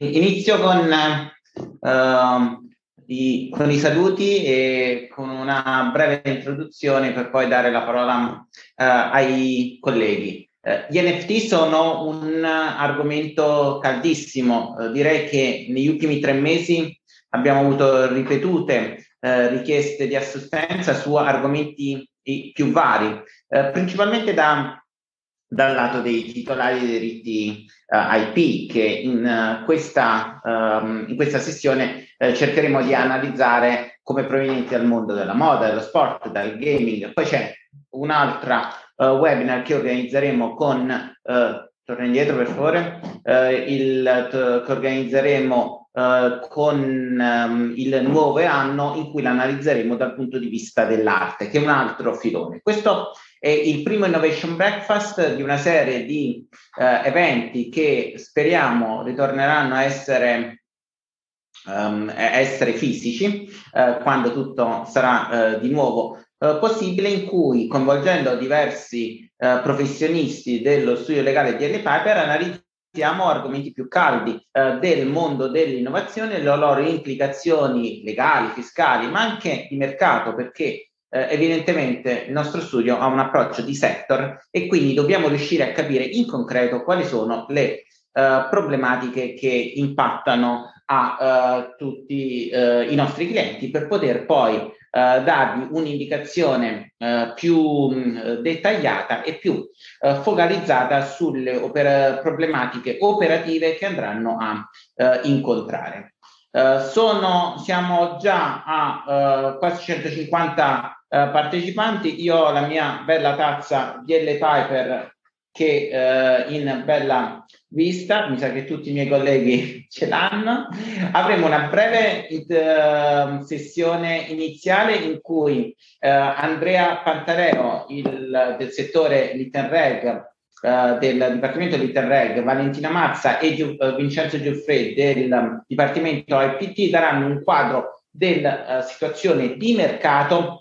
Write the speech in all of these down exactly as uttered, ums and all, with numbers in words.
Inizio con, uh, i, con i saluti e con una breve introduzione per poi dare la parola uh, ai colleghi. Uh, gli N F T sono un argomento caldissimo. Uh, direi che negli ultimi tre mesi abbiamo avuto ripetute uh, richieste di assistenza su argomenti più vari, uh, principalmente da dal lato dei titolari dei diritti uh, I P, che in, uh, questa, um, in questa sessione uh, cercheremo di analizzare come provenienti dal mondo della moda, dello sport, dal gaming. Poi c'è un'altra uh, webinar che organizzeremo con, uh, torna indietro per favore, uh, il, t- che organizzeremo Uh, con um, il nuovo anno, in cui l'analizzeremo dal punto di vista dell'arte, che è un altro filone. Questo è il primo Innovation Breakfast di una serie di uh, eventi che speriamo ritorneranno a essere, um, a essere fisici uh, quando tutto sarà uh, di nuovo uh, possibile, in cui, coinvolgendo diversi uh, professionisti dello studio legale di Harry Piper, analizziamo argomenti più caldi eh, del mondo dell'innovazione, le loro implicazioni legali, fiscali, ma anche di mercato, perché eh, evidentemente il nostro studio ha un approccio di sector e quindi dobbiamo riuscire a capire in concreto quali sono le eh, problematiche che impattano a eh, tutti eh, i nostri clienti, per poter poi Uh, darvi un'indicazione uh, più mh, dettagliata e più uh, focalizzata sulle oper- problematiche operative che andranno a uh, incontrare. Uh, sono, siamo già a uh, quasi centocinquanta uh, partecipanti. Io ho la mia bella tazza di Harry Piper che uh, in bella vista, mi sa che tutti i miei colleghi ce l'hanno. Avremo una breve uh, sessione iniziale in cui uh, Andrea Pantareo il, del settore Litenreg, uh, del Dipartimento Litenreg, Valentina Mazza e Giu, uh, Vincenzo Giuffre del um, Dipartimento I P T daranno un quadro della uh, situazione di mercato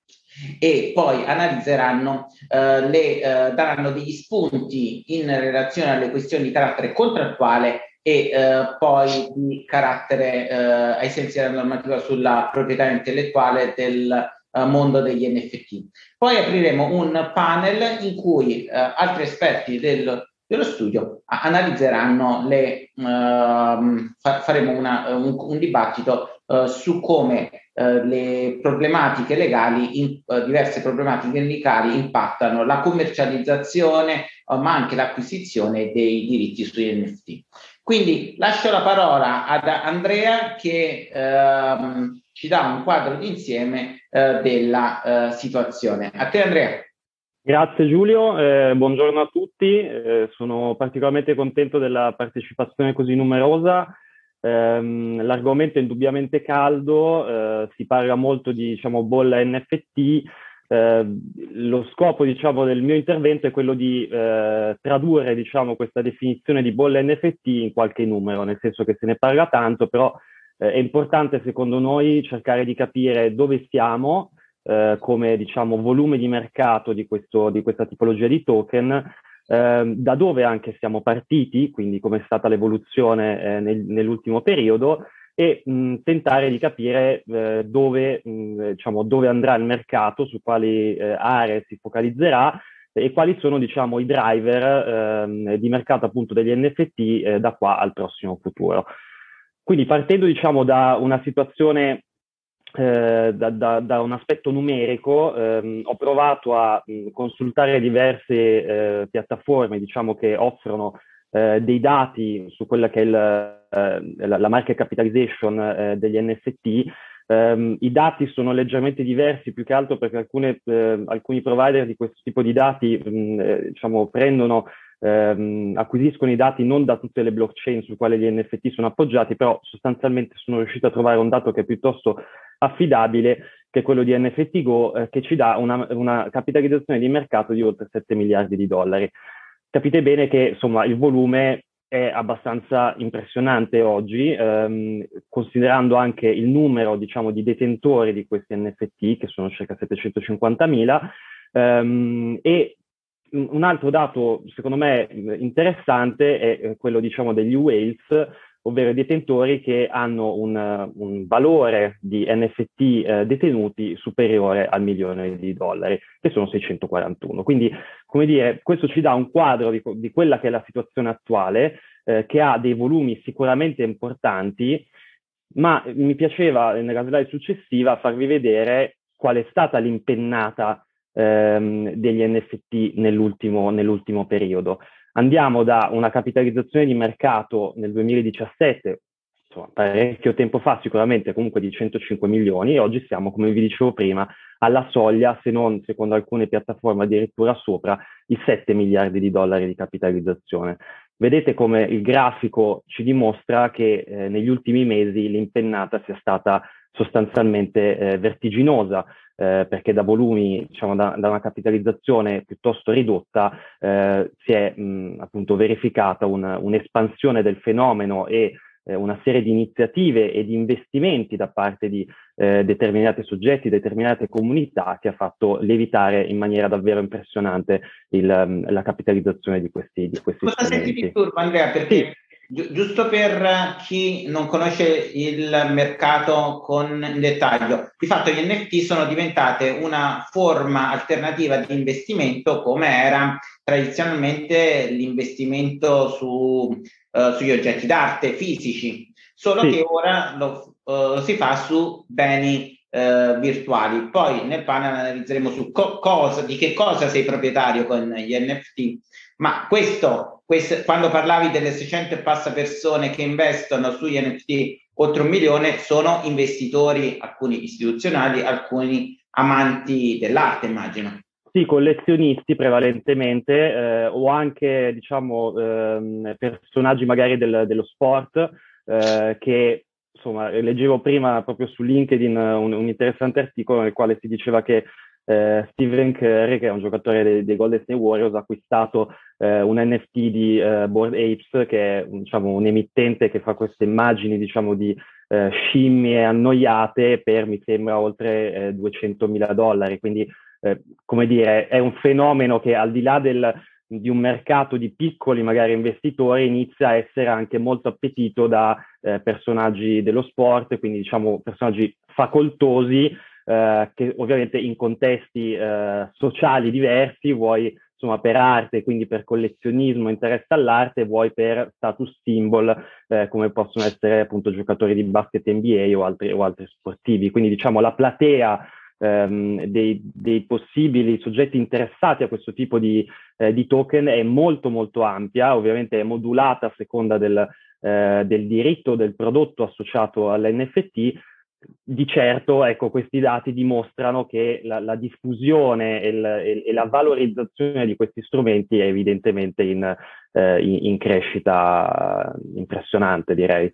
e poi analizzeranno, eh, le, eh, daranno degli spunti in relazione alle questioni di carattere contrattuale e eh, poi di carattere, eh, ai sensi della normativa sulla proprietà intellettuale del eh, mondo degli N F T. Poi apriremo un panel in cui eh, altri esperti del, dello studio analizzeranno le, uh, fa, faremo una, un, un dibattito uh, su come Uh, le problematiche legali, in, uh, diverse problematiche legali impattano la commercializzazione uh, ma anche l'acquisizione dei diritti sugli N F T. Quindi lascio la parola ad Andrea che uh, ci dà un quadro d'insieme uh, della uh, situazione. A te Andrea. Grazie Giulio, eh, buongiorno a tutti, eh, sono particolarmente contento della partecipazione così numerosa. Um, l'argomento è indubbiamente caldo, uh, si parla molto di diciamo, bolla N F T. Uh, lo scopo diciamo, del mio intervento è quello di uh, tradurre diciamo, questa definizione di bolla N F T in qualche numero, nel senso che se ne parla tanto, però uh, è importante secondo noi cercare di capire dove siamo uh, come diciamo, volume di mercato di, questo, di questa tipologia di token, Eh, da dove anche siamo partiti, quindi come è stata l'evoluzione eh, nel, nell'ultimo periodo, e mh, tentare di capire eh, dove, mh, diciamo, dove andrà il mercato, su quali eh, aree si focalizzerà e quali sono diciamo, i driver eh, di mercato appunto degli N F T eh, da qua al prossimo futuro. Quindi partendo diciamo, da una situazione Eh, da, da, da un aspetto numerico, ehm, ho provato a mh, consultare diverse eh, piattaforme diciamo, che offrono eh, dei dati su quella che è il, eh, la, la market capitalization eh, degli N F T. Um, I dati sono leggermente diversi, più che altro perché alcune, eh, alcuni provider di questo tipo di dati mh, eh, diciamo, prendono Ehm, acquisiscono i dati non da tutte le blockchain su quali gli N F T sono appoggiati, però sostanzialmente sono riuscito a trovare un dato che è piuttosto affidabile, che è quello di N F T Go, eh, che ci dà una, una capitalizzazione di mercato di oltre sette miliardi di dollari. Capite bene che insomma il volume è abbastanza impressionante oggi, ehm, considerando anche il numero diciamo di detentori di questi N F T, che sono circa settecentocinquantamila, ehm, e un altro dato, secondo me, interessante è quello, diciamo, degli whales, ovvero i detentori che hanno un, un valore di N F T eh, detenuti superiore al milione di dollari, che sono seicentoquarantuno. Quindi, come dire, questo ci dà un quadro di, di quella che è la situazione attuale, eh, che ha dei volumi sicuramente importanti, ma mi piaceva nella slide successiva farvi vedere qual è stata l'impennata ehm, degli N F T nell'ultimo, nell'ultimo periodo. Andiamo da una capitalizzazione di mercato nel duemiladiciassette, insomma, parecchio tempo fa sicuramente, comunque di centocinque milioni, e oggi siamo, come vi dicevo prima, alla soglia, se non secondo alcune piattaforme addirittura sopra, i sette miliardi di dollari di capitalizzazione. Vedete come il grafico ci dimostra che eh, negli ultimi mesi l'impennata sia stata sostanzialmente eh, vertiginosa, eh, perché da volumi, diciamo, da, da una capitalizzazione piuttosto ridotta eh, si è mh, appunto verificata un'espansione del fenomeno e eh, una serie di iniziative e di investimenti da parte di eh, determinati soggetti, determinate comunità, che ha fatto lievitare in maniera davvero impressionante il, um, la capitalizzazione di questi, di questi Cosa strumenti. senti disturbo, Andrea? Perché sì. gi- giusto per chi non conosce il mercato con in dettaglio, di fatto gli N F T sono diventate una forma alternativa di investimento, come era tradizionalmente l'investimento su, uh, sugli oggetti d'arte fisici, solo sì. che ora lo uh, si fa su beni Uh, virtuali. Poi nel panel analizzeremo su co- cosa, di che cosa sei proprietario con gli N F T, ma questo, questo quando parlavi delle seicento e passa persone che investono sugli N F T oltre un milione, sono investitori, alcuni istituzionali, alcuni amanti dell'arte, immagino. Sì, collezionisti prevalentemente, eh, o anche, diciamo, ehm, personaggi magari del, dello sport, eh, che insomma, leggevo prima proprio su LinkedIn un, un interessante articolo nel quale si diceva che eh, Stephen Curry, che è un giocatore dei, dei Golden State Warriors, ha acquistato eh, un N F T di eh, Bored Apes, che è, diciamo, un emittente che fa queste immagini, diciamo, di eh, scimmie annoiate per, mi sembra, oltre eh, duecentomila dollari. Quindi, eh, come dire, è un fenomeno che, al di là del di un mercato di piccoli magari investitori, inizia a essere anche molto appetito da eh, personaggi dello sport, quindi diciamo personaggi facoltosi eh, che ovviamente in contesti eh, sociali diversi, vuoi insomma per arte, quindi per collezionismo, interesse all'arte, vuoi per status symbol eh, come possono essere appunto giocatori di basket N B A o altri, o altri sportivi. Quindi diciamo la platea ehm, dei, dei possibili soggetti interessati a questo tipo di Eh, di token è molto molto ampia, ovviamente è modulata a seconda del, eh, del diritto del prodotto associato all'N F T. Di certo, ecco, questi dati dimostrano che la, la diffusione e, il, e, e la valorizzazione di questi strumenti è evidentemente in, eh, in, in crescita impressionante, direi.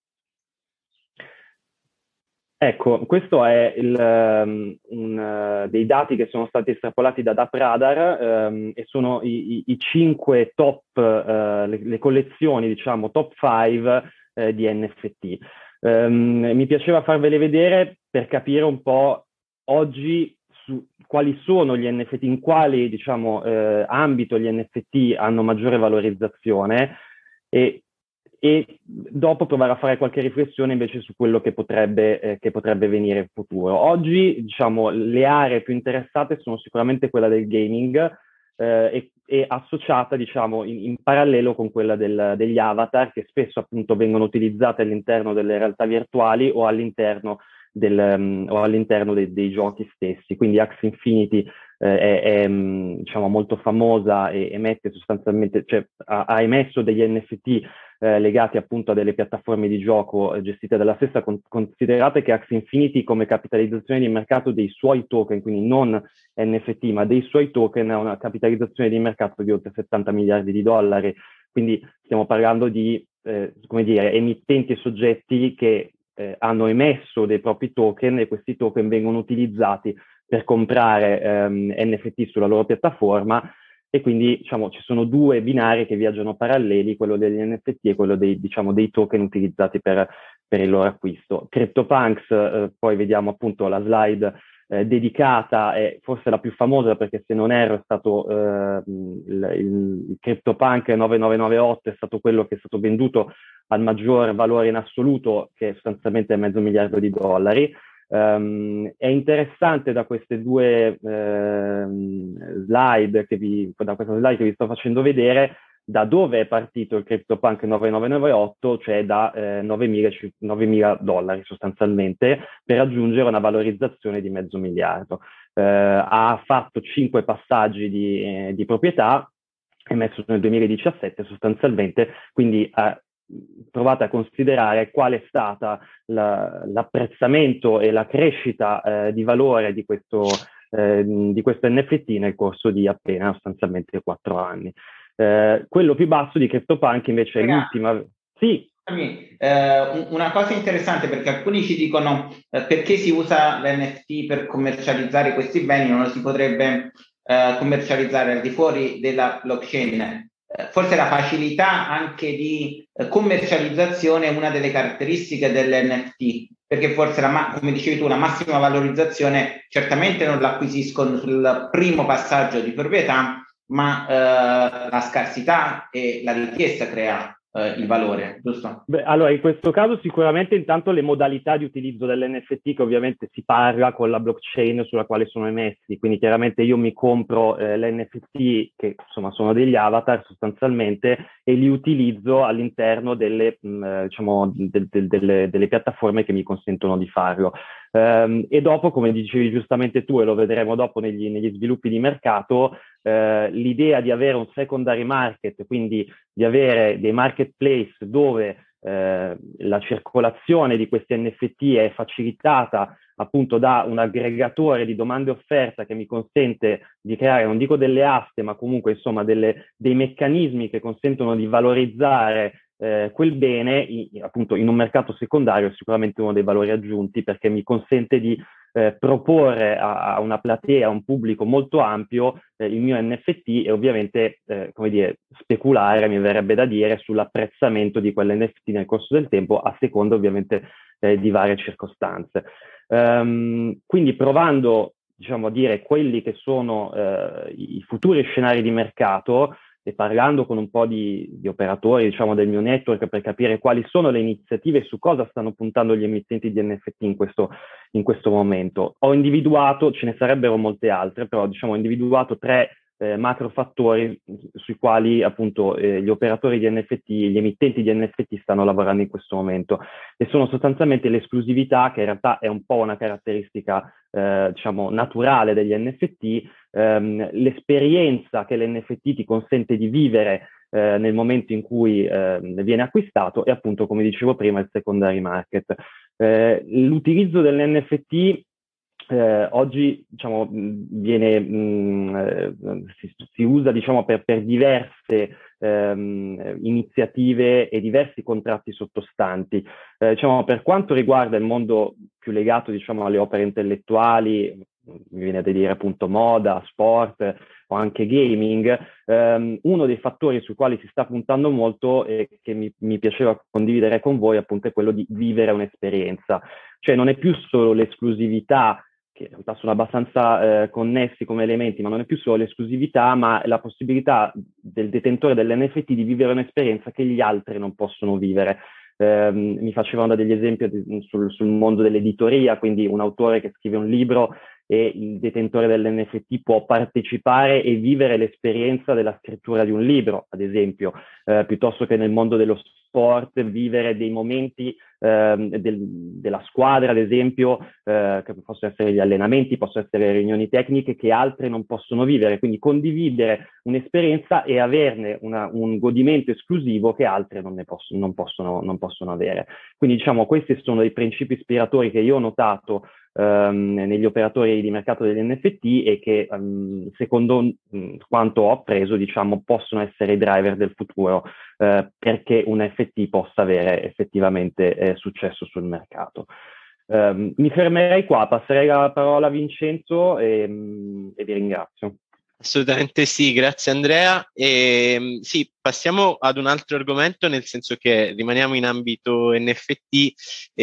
Ecco, questo è il, um, un, uh, dei dati che sono stati estrapolati da DappRadar um, e sono i, i, i cinque top, uh, le, le collezioni, diciamo, top five uh, di N F T. Um, mi piaceva farvele vedere per capire un po' oggi su quali sono gli N F T, in quali, diciamo, uh, ambito gli N F T hanno maggiore valorizzazione e e dopo provare a fare qualche riflessione invece su quello che potrebbe, eh, che potrebbe venire in futuro. Oggi, diciamo, le aree più interessate sono sicuramente quella del gaming eh, e, e associata, diciamo, in, in parallelo con quella del, degli avatar, che spesso appunto vengono utilizzate all'interno delle realtà virtuali o all'interno del, um, o all'interno dei, dei giochi stessi. Quindi Axie Infinity eh, è, è diciamo, molto famosa e emette sostanzialmente, cioè ha, ha emesso degli N F T Eh, legati appunto a delle piattaforme di gioco eh, gestite dalla stessa. Con- considerate che Axie Infinity, come capitalizzazione di mercato dei suoi token, quindi non N F T ma dei suoi token, ha una capitalizzazione di mercato di oltre settanta miliardi di dollari, quindi stiamo parlando di eh, come dire, emittenti e soggetti che eh, hanno emesso dei propri token e questi token vengono utilizzati per comprare ehm, N F T sulla loro piattaforma. E quindi diciamo, ci sono due binari che viaggiano paralleli, quello degli N F T e quello dei, diciamo, dei token utilizzati per, per il loro acquisto. CryptoPunks, eh, poi vediamo appunto la slide eh, dedicata, e forse la più famosa, perché se non erro è stato eh, il, il, il CryptoPunk nove nove nove otto, è stato quello che è stato venduto al maggior valore in assoluto, che sostanzialmente è mezzo miliardo di dollari. Um, è interessante da queste due uh, slide che vi, da questa slide che vi sto facendo vedere da dove è partito il CryptoPunk nove nove nove otto, cioè da eh, novemila dollari sostanzialmente, per raggiungere una valorizzazione di mezzo miliardo. Uh, ha fatto cinque passaggi di, eh, di proprietà, emesso nel duemiladiciassette sostanzialmente, quindi ha provate a considerare qual è stata la, l'apprezzamento e la crescita eh, di valore di questo, eh, di questo N F T nel corso di appena sostanzialmente quattro anni. Eh, quello più basso di CryptoPunk invece è l'ultima... Sì. Eh, una cosa interessante, perché alcuni ci dicono eh, perché si usa l'N F T per commercializzare questi beni, non lo si potrebbe eh, commercializzare al di fuori della blockchain. Forse la facilità anche di eh, commercializzazione è una delle caratteristiche dell'N F T, perché forse, la, come dicevi tu, la massima valorizzazione certamente non l'acquisiscono sul primo passaggio di proprietà, ma eh, la scarsità e la richiesta crea eh, il valore, giusto? Beh, allora, in questo caso sicuramente intanto le modalità di utilizzo dell'N F T, che ovviamente si parla con la blockchain sulla quale sono emessi, quindi chiaramente io mi compro eh, l'N F T, che insomma sono degli avatar sostanzialmente, e li utilizzo all'interno delle, mh, diciamo, de- de- delle, delle piattaforme che mi consentono di farlo. Um, e dopo, come dicevi giustamente tu, e lo vedremo dopo negli, negli sviluppi di mercato, eh, l'idea di avere un secondary market, quindi di avere dei marketplace dove eh, la circolazione di questi N F T è facilitata appunto da un aggregatore di domanda e offerta che mi consente di creare, non dico delle aste, ma comunque insomma delle, dei meccanismi che consentono di valorizzare eh, quel bene, in, appunto in un mercato secondario, è sicuramente uno dei valori aggiunti, perché mi consente di eh, proporre a, a una platea, a un pubblico molto ampio eh, il mio N F T, e ovviamente eh, come dire, speculare, mi verrebbe da dire, sull'apprezzamento di quell'N F T nel corso del tempo, a seconda ovviamente eh, di varie circostanze. Um, quindi provando, diciamo, a dire quelli che sono eh, i futuri scenari di mercato, e parlando con un po' di, di operatori, diciamo, del mio network, per capire quali sono le iniziative e su cosa stanno puntando gli emittenti di N F T in questo, in questo momento. Ho individuato, ce ne sarebbero molte altre, però diciamo ho individuato tre eh, macro fattori sui quali appunto eh, gli operatori di N F T, gli emittenti di N F T stanno lavorando in questo momento, e sono sostanzialmente l'esclusività, che in realtà è un po' una caratteristica eh, diciamo naturale degli N F T, ehm, l'esperienza che l'N F T ti consente di vivere eh, nel momento in cui eh, viene acquistato, e appunto, come dicevo prima, il secondary market. Eh, l'utilizzo dell'N F T eh, oggi, diciamo, viene, mh, eh, si, si usa, diciamo, per, per diverse ehm, iniziative e diversi contratti sottostanti. Eh, diciamo, per quanto riguarda il mondo più legato, diciamo, alle opere intellettuali, mi viene da dire appunto moda, sport o anche gaming, ehm, uno dei fattori sui quali si sta puntando molto e che mi, mi piaceva condividere con voi appunto è quello di vivere un'esperienza. Cioè non è più solo l'esclusività, che in realtà sono abbastanza eh, connessi come elementi, ma non è più solo l'esclusività, ma la possibilità del detentore dell'N F T di vivere un'esperienza che gli altri non possono vivere. Eh, mi facevano degli esempi sul, sul mondo dell'editoria, quindi un autore che scrive un libro e il detentore dell'N F T può partecipare e vivere l'esperienza della scrittura di un libro, ad esempio, eh, piuttosto che nel mondo dello sport, vivere dei momenti eh, del, della squadra, ad esempio, eh, che possono essere gli allenamenti, possono essere le riunioni tecniche che altri non possono vivere, quindi condividere un'esperienza e averne una, un godimento esclusivo che altri non, ne posso, non, possono, non possono avere. Quindi diciamo questi sono i principi ispiratori che io ho notato Um, negli operatori di mercato degli N F T, e che um, secondo um, quanto ho appreso, diciamo, possono essere i driver del futuro uh, perché un N F T possa avere effettivamente eh, successo sul mercato. Um, mi fermerei qua, passerei la parola a Vincenzo e, um, e vi ringrazio. Assolutamente sì, grazie Andrea. E, sì, passiamo ad un altro argomento, nel senso che rimaniamo in ambito N F T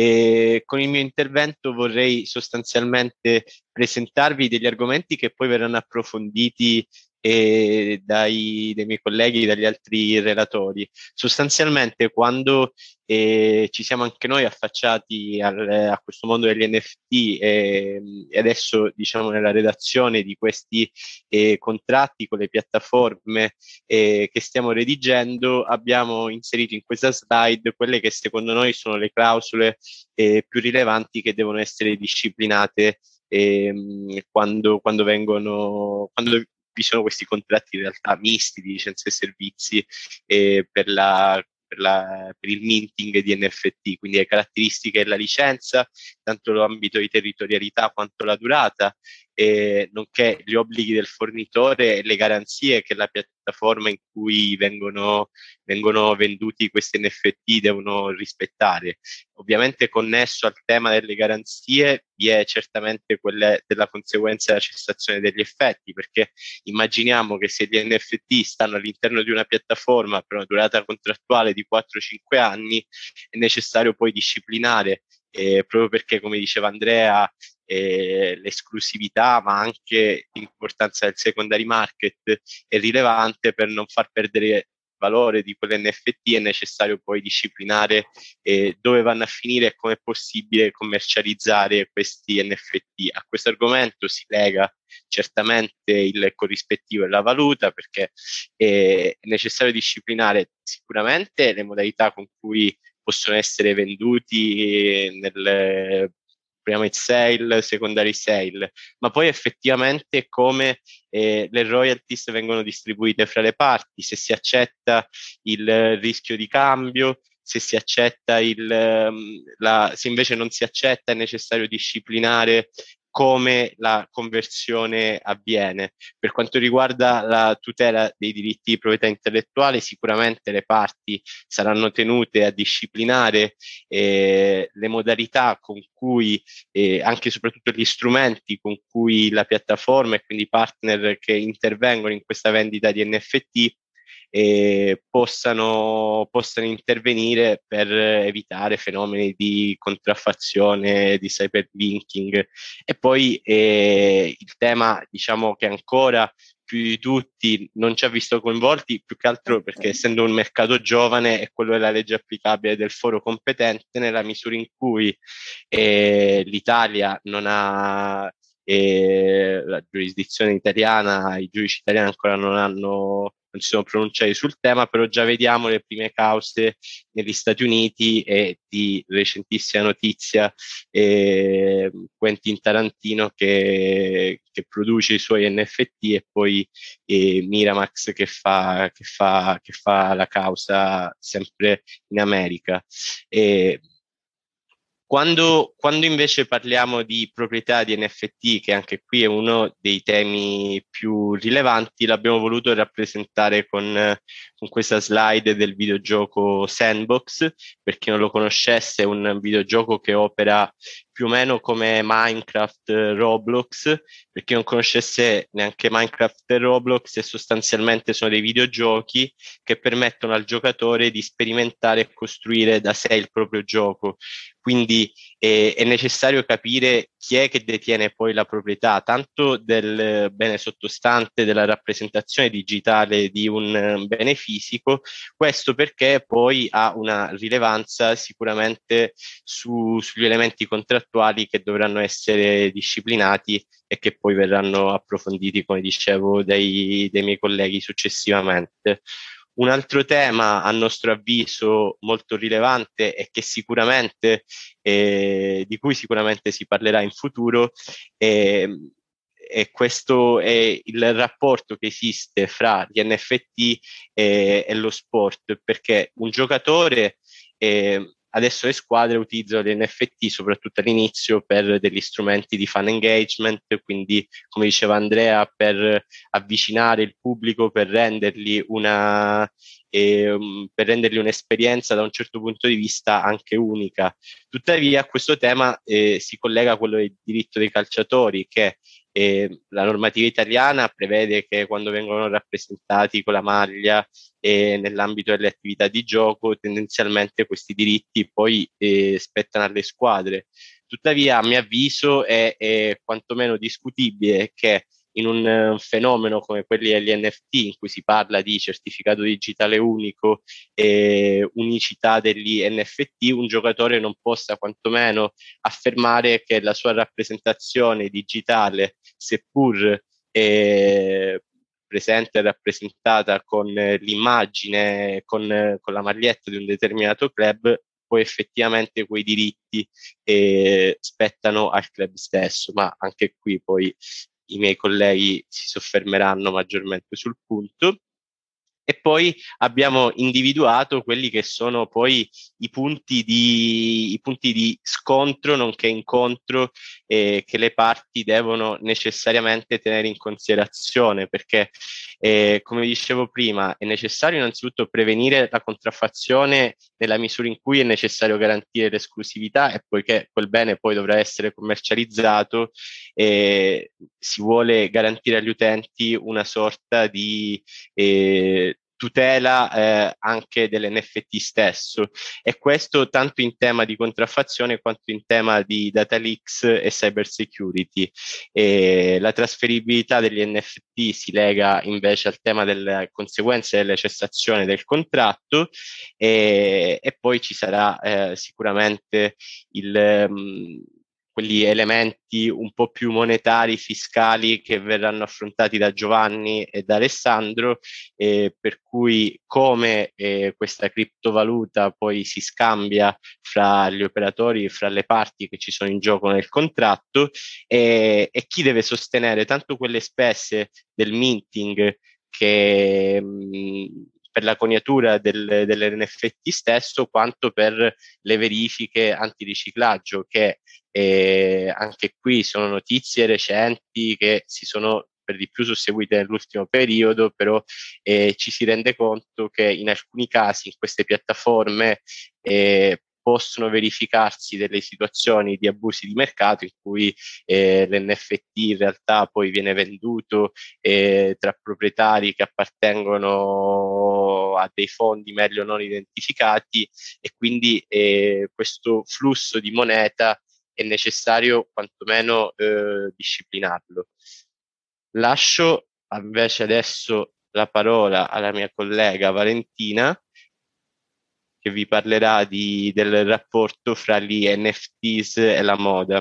e con il mio intervento vorrei sostanzialmente presentarvi degli argomenti che poi verranno approfonditi eh, dai, dai miei colleghi, dagli altri relatori. Sostanzialmente, quando eh, ci siamo anche noi affacciati al- a questo mondo degli N F T e, e adesso diciamo nella redazione di questi eh, contratti con le piattaforme eh, che stiamo redigendo, abbiamo inserito in questa slide quelle che secondo noi sono le clausole eh, più rilevanti che devono essere disciplinate ehm, quando, quando vengono, quando vi sono questi contratti in realtà misti di licenze e servizi eh, per la per, la, per il minting di N F T, quindi le caratteristiche della licenza, tanto l'ambito di territorialità quanto la durata, eh, nonché gli obblighi del fornitore e le garanzie che la piattaforma in cui vengono, vengono venduti questi N F T devono rispettare. Ovviamente connesso al tema delle garanzie vi è certamente quella della conseguenza della cessazione degli effetti, perché immaginiamo che se gli N F T stanno all'interno di una piattaforma per una durata contrattuale di quattro cinque anni, è necessario poi disciplinare, eh, proprio perché, come diceva Andrea, eh, l'esclusività, ma anche l'importanza del secondary market è rilevante per non far perdere valore di quell'N F T. È necessario poi disciplinare eh, dove vanno a finire e come è possibile commercializzare questi N F T. A questo argomento si lega certamente il corrispettivo e la valuta, perché è necessario disciplinare sicuramente le modalità con cui possono essere venduti nel primary sale, secondary sale, ma poi effettivamente come eh, le royalties vengono distribuite fra le parti, se si accetta il rischio di cambio, se si accetta il, la, se invece non si accetta è necessario disciplinare come la conversione avviene. Per quanto riguarda la tutela dei diritti di proprietà intellettuale, sicuramente le parti saranno tenute a disciplinare eh, le modalità con cui, eh, anche e soprattutto gli strumenti con cui la piattaforma e quindi i partner che intervengono in questa vendita di N F T eh, possano, possano intervenire per evitare fenomeni di contraffazione, di cyberlinking. E poi eh, il tema, diciamo, che ancora più di tutti non ci ha visto coinvolti, più che altro perché essendo un mercato giovane è quello della legge applicabile del foro competente, nella misura in cui eh, l'Italia non ha eh, la giurisdizione italiana, i giudici italiani ancora non hanno non si sono pronunciati sul tema, però già vediamo le prime cause negli Stati Uniti e di recentissima notizia eh, Quentin Tarantino che, che produce i suoi N F T e poi eh, Miramax che fa, che, fa, che fa la causa sempre in America. E, quando, quando invece parliamo di proprietà di N F T, che anche qui è uno dei temi più rilevanti, l'abbiamo voluto rappresentare con, con questa slide del videogioco Sandbox. Per chi non lo conoscesse, è un videogioco che opera più o meno come Minecraft, Roblox. Per chi non conoscesse neanche Minecraft e Roblox, è sostanzialmente sono dei videogiochi che permettono al giocatore di sperimentare e costruire da sé il proprio gioco. Quindi eh, è necessario capire chi è che detiene poi la proprietà, tanto del bene sottostante, della rappresentazione digitale di un bene fisico, questo perché poi ha una rilevanza sicuramente su, sugli elementi contrattuali che dovranno essere disciplinati e che poi verranno approfonditi, come dicevo, dai, dai miei colleghi successivamente. Un altro tema, a nostro avviso, molto rilevante e che sicuramente, eh, di cui sicuramente si parlerà in futuro, eh, e questo è il rapporto che esiste fra gli N F T e, e lo sport, perché un giocatore eh, adesso le squadre utilizzano gli N F T soprattutto all'inizio per degli strumenti di fan engagement, quindi come diceva Andrea, per avvicinare il pubblico, per rendergli una e, um, per rendergli un'esperienza da un certo punto di vista anche unica. Tuttavia, questo tema eh, si collega a quello del diritto dei calciatori, che E la normativa italiana prevede che quando vengono rappresentati con la maglia e nell'ambito delle attività di gioco, tendenzialmente questi diritti poi eh, spettano alle squadre. Tuttavia, a mio avviso, è, è quantomeno discutibile che in un uh, fenomeno come quelli degli N F T, in cui si parla di certificato digitale unico e unicità degli N F T, un giocatore non possa quantomeno affermare che la sua rappresentazione digitale, seppur eh, presente e rappresentata con eh, l'immagine, con, eh, con la maglietta di un determinato club, poi effettivamente quei diritti eh, spettano al club stesso, ma anche qui poi i miei colleghi si soffermeranno maggiormente sul punto. E poi abbiamo individuato quelli che sono poi i punti di, i punti di scontro, nonché incontro, eh, che le parti devono necessariamente tenere in considerazione, perché, eh, come dicevo prima, è necessario innanzitutto prevenire la contraffazione nella misura in cui è necessario garantire l'esclusività, e poiché quel bene poi dovrà essere commercializzato, eh, si vuole garantire agli utenti una sorta di eh, tutela eh, anche dell'N F T stesso, e questo tanto in tema di contraffazione quanto in tema di data leaks e cyber security. E la trasferibilità degli N F T si lega invece al tema delle conseguenze delle cessazioni del contratto, e, e poi ci sarà eh, sicuramente il um, quegli elementi un po' più monetari, fiscali, che verranno affrontati da Giovanni e da Alessandro, eh, per cui come eh, questa criptovaluta poi si scambia fra gli operatori, fra le parti che ci sono in gioco nel contratto, e, e chi deve sostenere tanto quelle spese del minting che mh, per la coniatura del, dell'N F T stesso, quanto per le verifiche antiriciclaggio, che eh, anche qui sono notizie recenti che si sono per di più susseguite nell'ultimo periodo, però eh, ci si rende conto che in alcuni casi in queste piattaforme eh, possono verificarsi delle situazioni di abusi di mercato in cui eh, l'N F T in realtà poi viene venduto eh, tra proprietari che appartengono a dei fondi meglio non identificati, e quindi eh, questo flusso di moneta è necessario quantomeno eh, disciplinarlo. Lascio invece adesso la parola alla mia collega Valentina, che vi parlerà di, del rapporto fra gli N F Ts e la moda.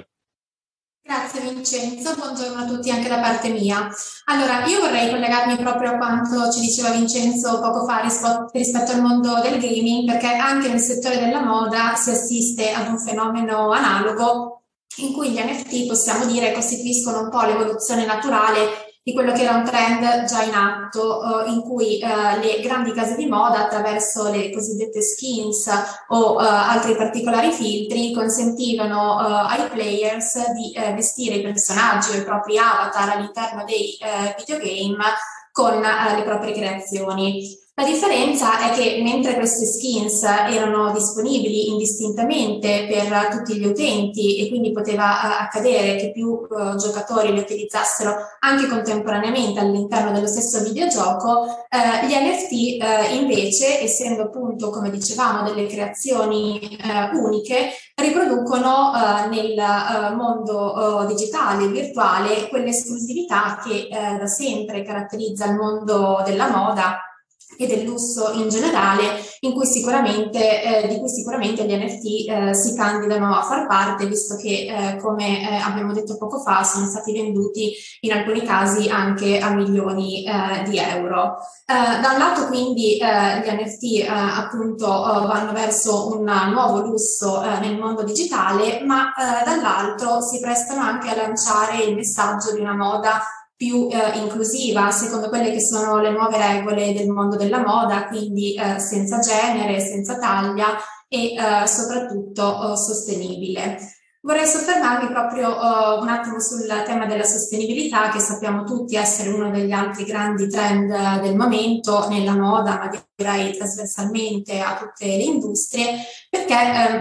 Grazie Vincenzo, buongiorno a tutti anche da parte mia. Allora, io vorrei collegarmi proprio a quanto ci diceva Vincenzo poco fa rispetto al mondo del gaming, perché anche nel settore della moda si assiste ad un fenomeno analogo in cui gli N F T, possiamo dire, costituiscono un po' l'evoluzione naturale di quello che era un trend già in atto, eh, in cui eh, le grandi case di moda, attraverso le cosiddette skins o eh, altri particolari filtri, consentivano eh, ai players di eh, vestire i personaggi o i propri avatar all'interno dei eh, videogame con eh, le proprie creazioni. La differenza è che mentre queste skins erano disponibili indistintamente per tutti gli utenti, e quindi poteva uh, accadere che più uh, giocatori le utilizzassero anche contemporaneamente all'interno dello stesso videogioco, uh, gli N F T uh, invece, essendo appunto, come dicevamo, delle creazioni uh, uniche, riproducono uh, nel uh, mondo uh, digitale e virtuale quell'esclusività che uh, da sempre caratterizza il mondo della moda e del lusso in generale, in cui sicuramente, eh, di cui sicuramente gli N F T eh, si candidano a far parte, visto che, eh, come eh, abbiamo detto poco fa, sono stati venduti in alcuni casi anche a milioni eh, di euro. Eh, da un lato quindi eh, gli N F T eh, appunto eh, vanno verso un nuovo lusso eh, nel mondo digitale, ma eh, dall'altro si prestano anche a lanciare il messaggio di una moda più eh, inclusiva, secondo quelle che sono le nuove regole del mondo della moda, quindi eh, senza genere, senza taglia e eh, soprattutto eh, sostenibile. Vorrei soffermarmi proprio uh, un attimo sul tema della sostenibilità, che sappiamo tutti essere uno degli altri grandi trend uh, del momento nella moda, ma direi trasversalmente a tutte le industrie, perché uh,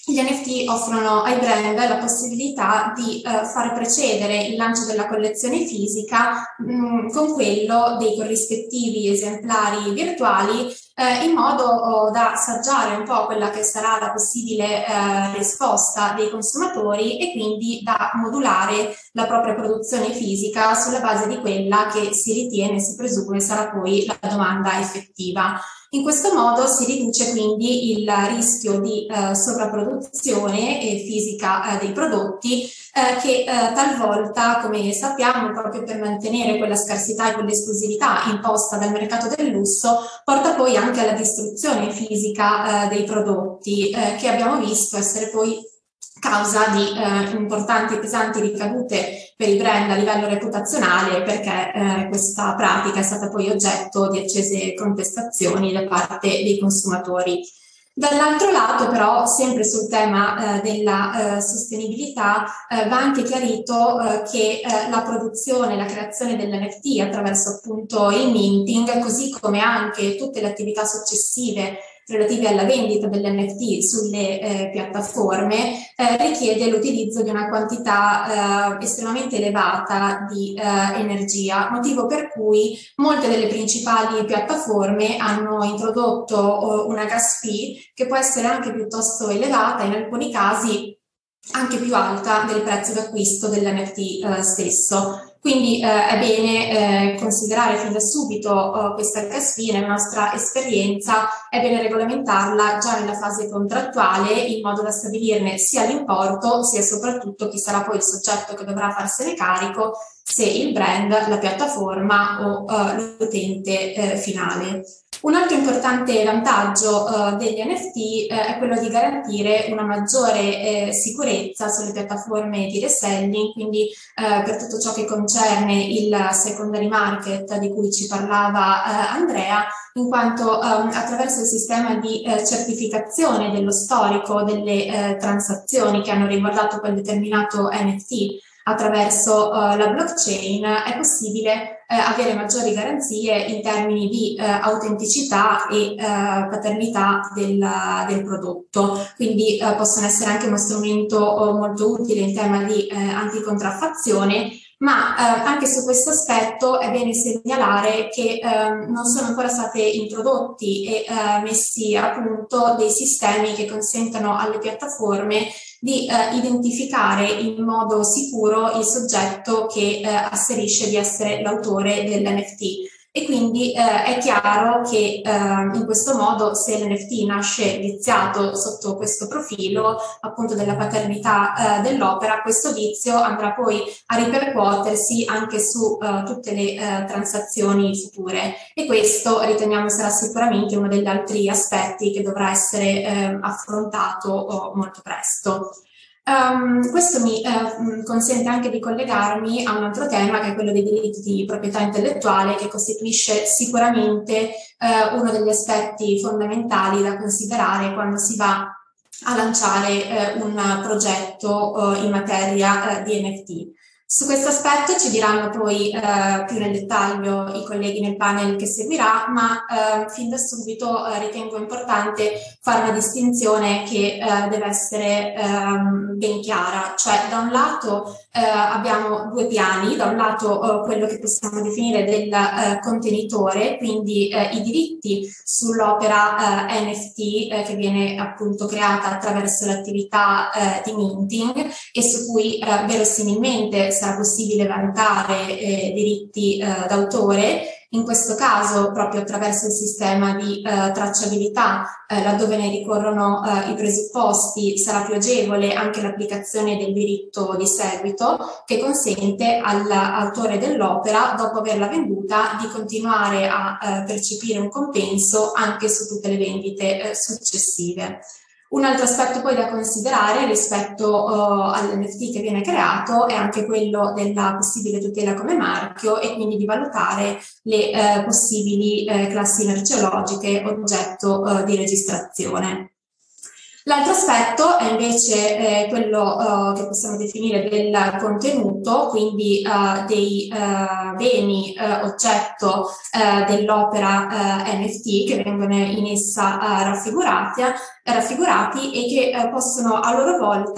gli N F T offrono ai brand la possibilità di eh, far precedere il lancio della collezione fisica mh, con quello dei corrispettivi esemplari virtuali, eh, in modo oh, da saggiare un po' quella che sarà la possibile eh, risposta dei consumatori e quindi da modulare la propria produzione fisica sulla base di quella che si ritiene, si presume, sarà poi la domanda effettiva. In questo modo si riduce quindi il rischio di eh, sovrapproduzione eh, fisica eh, dei prodotti eh, che eh, talvolta, come sappiamo, proprio per mantenere quella scarsità e quell'esclusività imposta dal mercato del lusso, porta poi anche alla distruzione fisica eh, dei prodotti, eh, che abbiamo visto essere poi causa di eh, importanti e pesanti ricadute per i brand a livello reputazionale, perché eh, questa pratica è stata poi oggetto di accese contestazioni da parte dei consumatori. Dall'altro lato però, sempre sul tema eh, della eh, sostenibilità, eh, va anche chiarito eh, che eh, la produzione e la creazione dell'N F T attraverso appunto il minting, così come anche tutte le attività successive relative alla vendita dell'N F T sulle eh, piattaforme, eh, richiede l'utilizzo di una quantità eh, estremamente elevata di eh, energia, motivo per cui molte delle principali piattaforme hanno introdotto oh, una gas fee che può essere anche piuttosto elevata, in alcuni casi anche più alta del prezzo d'acquisto dell'N F T eh, stesso. Quindi eh, è bene eh, considerare fin da subito eh, questa gas fee. Nella nostra esperienza è bene regolamentarla già nella fase contrattuale, in modo da stabilirne sia l'importo sia soprattutto chi sarà poi il soggetto che dovrà farsene carico, se il brand, la piattaforma o eh, l'utente eh, finale. Un altro importante vantaggio uh, degli N F T uh, è quello di garantire una maggiore eh, sicurezza sulle piattaforme di reselling, quindi uh, per tutto ciò che concerne il secondary market di cui ci parlava uh, Andrea, in quanto um, attraverso il sistema di uh, certificazione dello storico delle uh, transazioni che hanno riguardato quel determinato N F T attraverso uh, la blockchain, è possibile eh, avere maggiori garanzie in termini di eh, autenticità e eh, paternità del, del prodotto. Quindi eh, possono essere anche uno strumento oh, molto utile in tema di eh, anticontraffazione, ma eh, anche su questo aspetto è bene segnalare che eh, non sono ancora state introdotti e eh, messi a punto dei sistemi che consentano alle piattaforme di eh, identificare in modo sicuro il soggetto che eh, asserisce di essere l'autore dell'N F T. E quindi eh, è chiaro che eh, in questo modo, se l'N F T nasce viziato sotto questo profilo appunto della paternità eh, dell'opera, questo vizio andrà poi a ripercuotersi anche su eh, tutte le eh, transazioni future, e questo riteniamo sarà sicuramente uno degli altri aspetti che dovrà essere eh, affrontato oh, molto presto. Um, questo mi eh, consente anche di collegarmi a un altro tema, che è quello dei diritti di proprietà intellettuale, che costituisce sicuramente eh, uno degli aspetti fondamentali da considerare quando si va a lanciare eh, un progetto eh, in materia eh, di N F T. Su questo aspetto ci diranno poi eh, più nel dettaglio i colleghi nel panel che seguirà, ma eh, fin da subito eh, ritengo importante fare una distinzione che eh, deve essere ehm, ben chiara. Cioè, da un lato eh, abbiamo due piani: da un lato eh, quello che possiamo definire del eh, contenitore, quindi eh, i diritti sull'opera eh, N F T eh, che viene appunto creata attraverso l'attività eh, di minting, e su cui eh, verosimilmente sarà possibile vantare eh, diritti eh, d'autore, in questo caso proprio attraverso il sistema di eh, tracciabilità, eh, laddove ne ricorrono eh, i presupposti, sarà più agevole anche l'applicazione del diritto di seguito, che consente all'autore dell'opera, dopo averla venduta, di continuare a eh, percepire un compenso anche su tutte le vendite eh, successive. Un altro aspetto poi da considerare rispetto uh, all'N F T che viene creato è anche quello della possibile tutela come marchio, e quindi di valutare le uh, possibili uh, classi merceologiche oggetto uh, di registrazione. L'altro aspetto è invece eh, quello eh, che possiamo definire del contenuto, quindi eh, dei eh, beni eh, oggetto eh, dell'opera eh, N F T che vengono in essa eh, raffigurati, raffigurati e che eh, possono a loro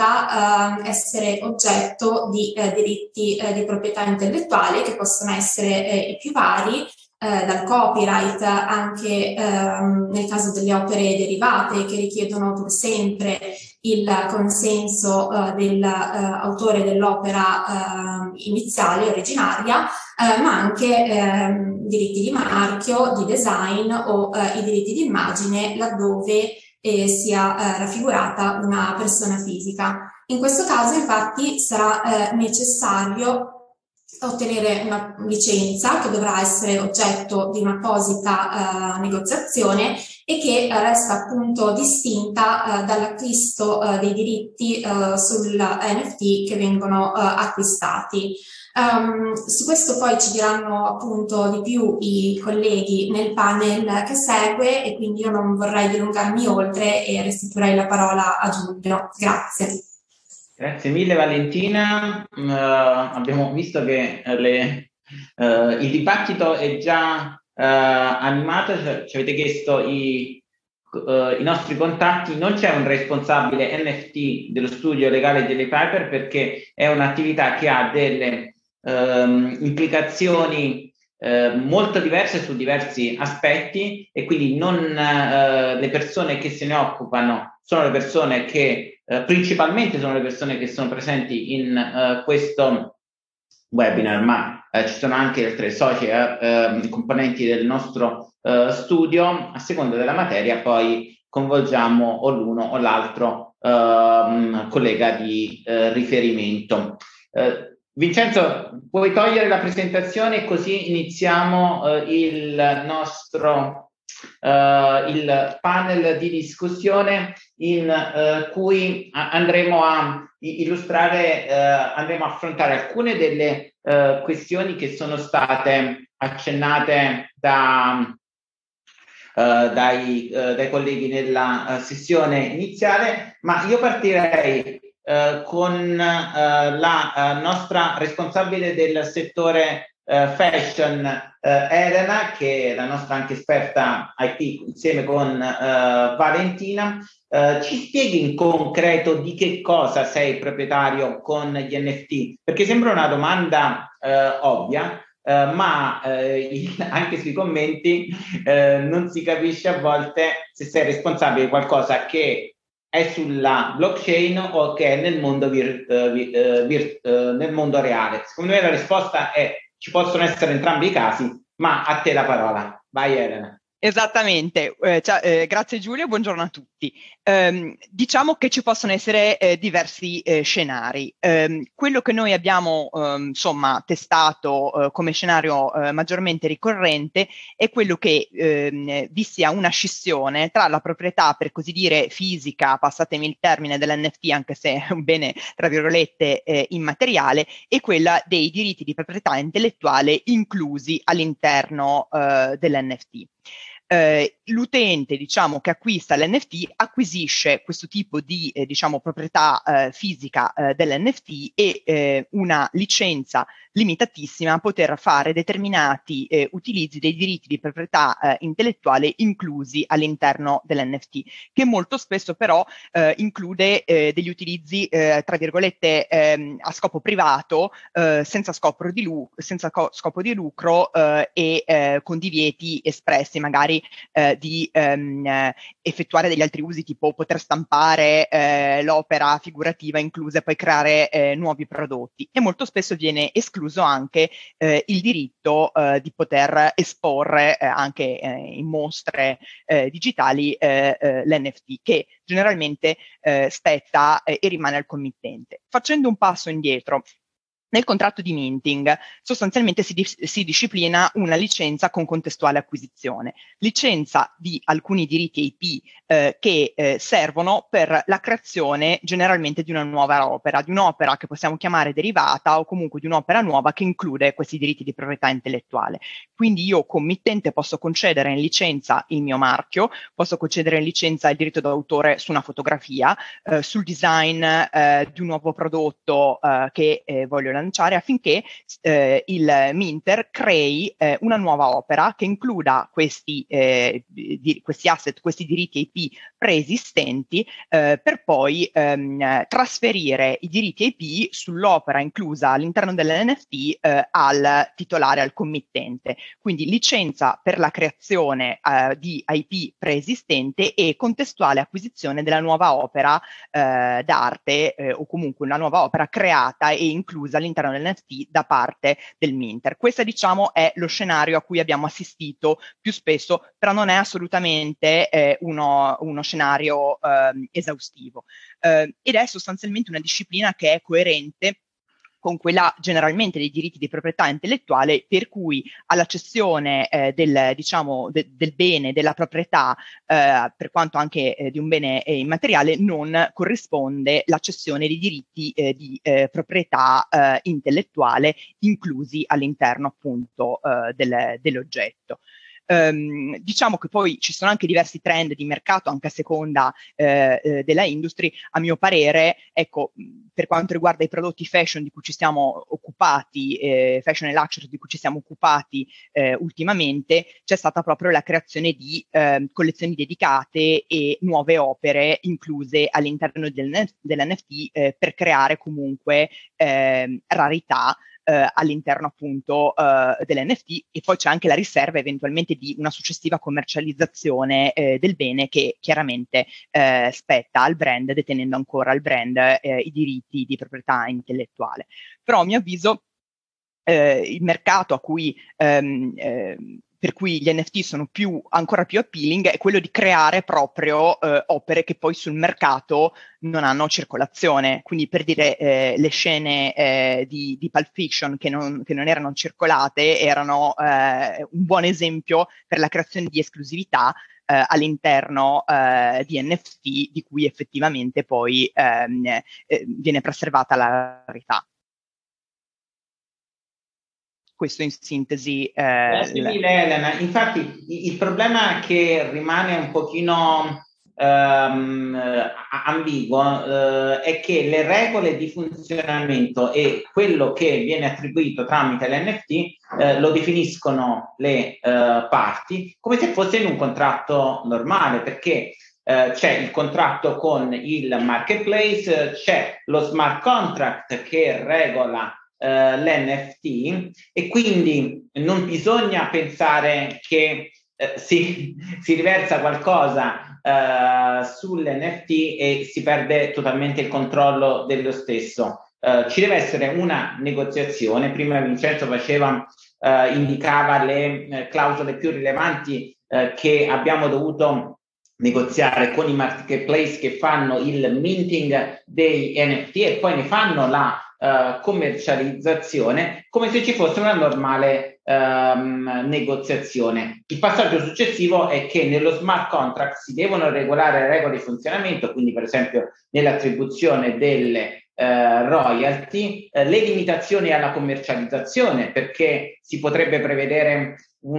volta eh, essere oggetto di eh, diritti eh, di proprietà intellettuale che possono essere eh, i più vari, Eh, dal copyright anche ehm, nel caso delle opere derivate che richiedono pur sempre il consenso eh, dell'autore eh, dell'opera eh, iniziale, originaria, eh, ma anche ehm, diritti di marchio, di design o eh, i diritti di immagine laddove eh, sia eh, raffigurata una persona fisica. In questo caso infatti sarà eh, necessario ottenere una licenza che dovrà essere oggetto di un'apposita eh, negoziazione e che eh, resta appunto distinta eh, dall'acquisto eh, dei diritti eh, sul N F T che vengono eh, acquistati. Um, su questo poi ci diranno appunto di più i colleghi nel panel che segue e quindi io non vorrei dilungarmi oltre e restituirei la parola a Giulio. Grazie. Grazie mille Valentina, uh, abbiamo visto che le, uh, il dibattito è già uh, animato, cioè, ci avete chiesto i, uh, i nostri contatti, non c'è un responsabile N F T dello studio legale delle Piper perché è un'attività che ha delle uh, implicazioni uh, molto diverse su diversi aspetti e quindi non uh, le persone che se ne occupano sono le persone che Uh, principalmente sono le persone che sono presenti in uh, questo webinar, ma uh, ci sono anche altre soci uh, componenti del nostro uh, studio. A seconda della materia poi coinvolgiamo o l'uno o l'altro uh, collega di uh, riferimento. Uh, Vincenzo, puoi togliere la presentazione così iniziamo uh, il nostro Uh, il panel di discussione in uh, cui a- andremo a illustrare, uh, andremo a affrontare alcune delle uh, questioni che sono state accennate da, uh, dai, uh, dai colleghi nella uh, sessione iniziale, ma io partirei uh, con uh, la uh, nostra responsabile del settore Uh, fashion, uh, Elena, che è la nostra anche esperta I T insieme con uh, Valentina. Uh, ci spieghi in concreto di che cosa sei proprietario con gli N F T? Perché sembra una domanda uh, ovvia, uh, ma uh, il, anche sui commenti uh, non si capisce a volte se sei responsabile di qualcosa che è sulla blockchain o che è nel mondo, vir, uh, vir, vir, uh, nel mondo reale. Secondo me la risposta è ci possono essere entrambi i casi, ma a te la parola. Vai Elena. Esattamente, eh, cioè, eh, grazie Giulio, buongiorno a tutti. Um, diciamo che ci possono essere eh, diversi eh, scenari. Um, quello che noi abbiamo um, insomma testato uh, come scenario uh, maggiormente ricorrente è quello che um, vi sia una scissione tra la proprietà, per così dire, fisica, passatemi il termine, dell'N F T, anche se è un bene tra virgolette eh, immateriale, e quella dei diritti di proprietà intellettuale inclusi all'interno uh, dell'N F T. Eh, l'utente, diciamo, che acquista l'N F T acquisisce questo tipo di eh, diciamo proprietà eh, fisica eh, dell'N F T e eh, una licenza limitatissima a poter fare determinati eh, utilizzi dei diritti di proprietà eh, intellettuale inclusi all'interno dell'N F T, che molto spesso però eh, include eh, degli utilizzi eh, tra virgolette ehm, a scopo privato, eh, senza scopo di, lu- senza co- scopo di lucro eh, e eh, con divieti espressi magari Eh, di ehm, eh, effettuare degli altri usi, tipo poter stampare eh, l'opera figurativa inclusa e poi creare eh, nuovi prodotti, e molto spesso viene escluso anche eh, il diritto eh, di poter esporre eh, anche eh, in mostre eh, digitali eh, eh, l'N F T, che generalmente eh, spetta eh, e rimane al committente. Facendo un passo indietro, Nel contratto di minting sostanzialmente si, di- si disciplina una licenza con contestuale acquisizione, licenza di alcuni diritti I P eh, che eh, servono per la creazione generalmente di una nuova opera, di un'opera che possiamo chiamare derivata o comunque di un'opera nuova che include questi diritti di proprietà intellettuale. Quindi io committente posso concedere in licenza il mio marchio, posso concedere in licenza il diritto d'autore su una fotografia, eh, sul design eh, di un nuovo prodotto eh, che eh, voglio lanciare, affinché eh, il minter crei eh, una nuova opera che includa questi, eh, di, questi asset, questi diritti I P preesistenti, eh, per poi ehm, trasferire i diritti I P sull'opera inclusa all'interno dell'N F T eh, al titolare, al committente. Quindi licenza per la creazione eh, di I P preesistente e contestuale acquisizione della nuova opera eh, d'arte eh, o comunque una nuova opera creata e inclusa all'interno dell'N F T da parte del minter. Questo, diciamo, è lo scenario a cui abbiamo assistito più spesso, però non è assolutamente eh, uno, uno scenario eh, esaustivo eh, ed è sostanzialmente una disciplina che è coerente con quella generalmente dei diritti di proprietà intellettuale, per cui alla cessione eh, del, diciamo, de, del bene, della proprietà, eh, per quanto anche eh, di un bene eh, immateriale, non corrisponde la cessione di diritti eh, di eh, proprietà eh, intellettuale inclusi all'interno appunto eh, del, dell'oggetto. Um, diciamo che poi ci sono anche diversi trend di mercato anche a seconda eh, eh, della industry. A mio parere, ecco, per quanto riguarda i prodotti fashion di cui ci siamo occupati, eh, fashion e luxury di cui ci siamo occupati eh, ultimamente, c'è stata proprio la creazione di eh, collezioni dedicate e nuove opere incluse all'interno del, dell'N F T eh, per creare comunque eh, rarità Uh, all'interno appunto uh, dell'N F T, e poi c'è anche la riserva eventualmente di una successiva commercializzazione eh, del bene, che chiaramente eh, spetta al brand, detenendo ancora al brand eh, i diritti di proprietà intellettuale. Però a mio avviso eh, il mercato a cui ehm, eh, per cui gli N F T sono più, ancora più appealing, è quello di creare proprio eh, opere che poi sul mercato non hanno circolazione. Quindi, per dire, eh, le scene eh, di, di Pulp Fiction che non, che non erano circolate erano eh, un buon esempio per la creazione di esclusività eh, all'interno eh, di N F T di cui effettivamente poi ehm, eh, viene preservata la rarità. Questo in sintesi. Eh, Grazie mille, Elena. Infatti il problema che rimane un pochino ehm, ambiguo eh, è che le regole di funzionamento e quello che viene attribuito tramite l'N F T eh, lo definiscono le eh, parti come se fosse in un contratto normale, perché Uh, c'è il contratto con il marketplace, c'è lo smart contract che regola uh, l'N F T, e quindi non bisogna pensare che uh, si, si riversa qualcosa uh, sull'N F T e si perde totalmente il controllo dello stesso. Uh, ci deve essere una negoziazione. Prima Vincenzo faceva, uh, indicava le uh, clausole più rilevanti uh, che abbiamo dovuto negoziare con i marketplace che fanno il minting dei N F T e poi ne fanno la uh, commercializzazione, come se ci fosse una normale um, negoziazione. Il passaggio successivo è che nello smart contract si devono regolare regole di funzionamento, quindi per esempio nell'attribuzione delle Uh, royalty, uh, le limitazioni alla commercializzazione, perché si potrebbe prevedere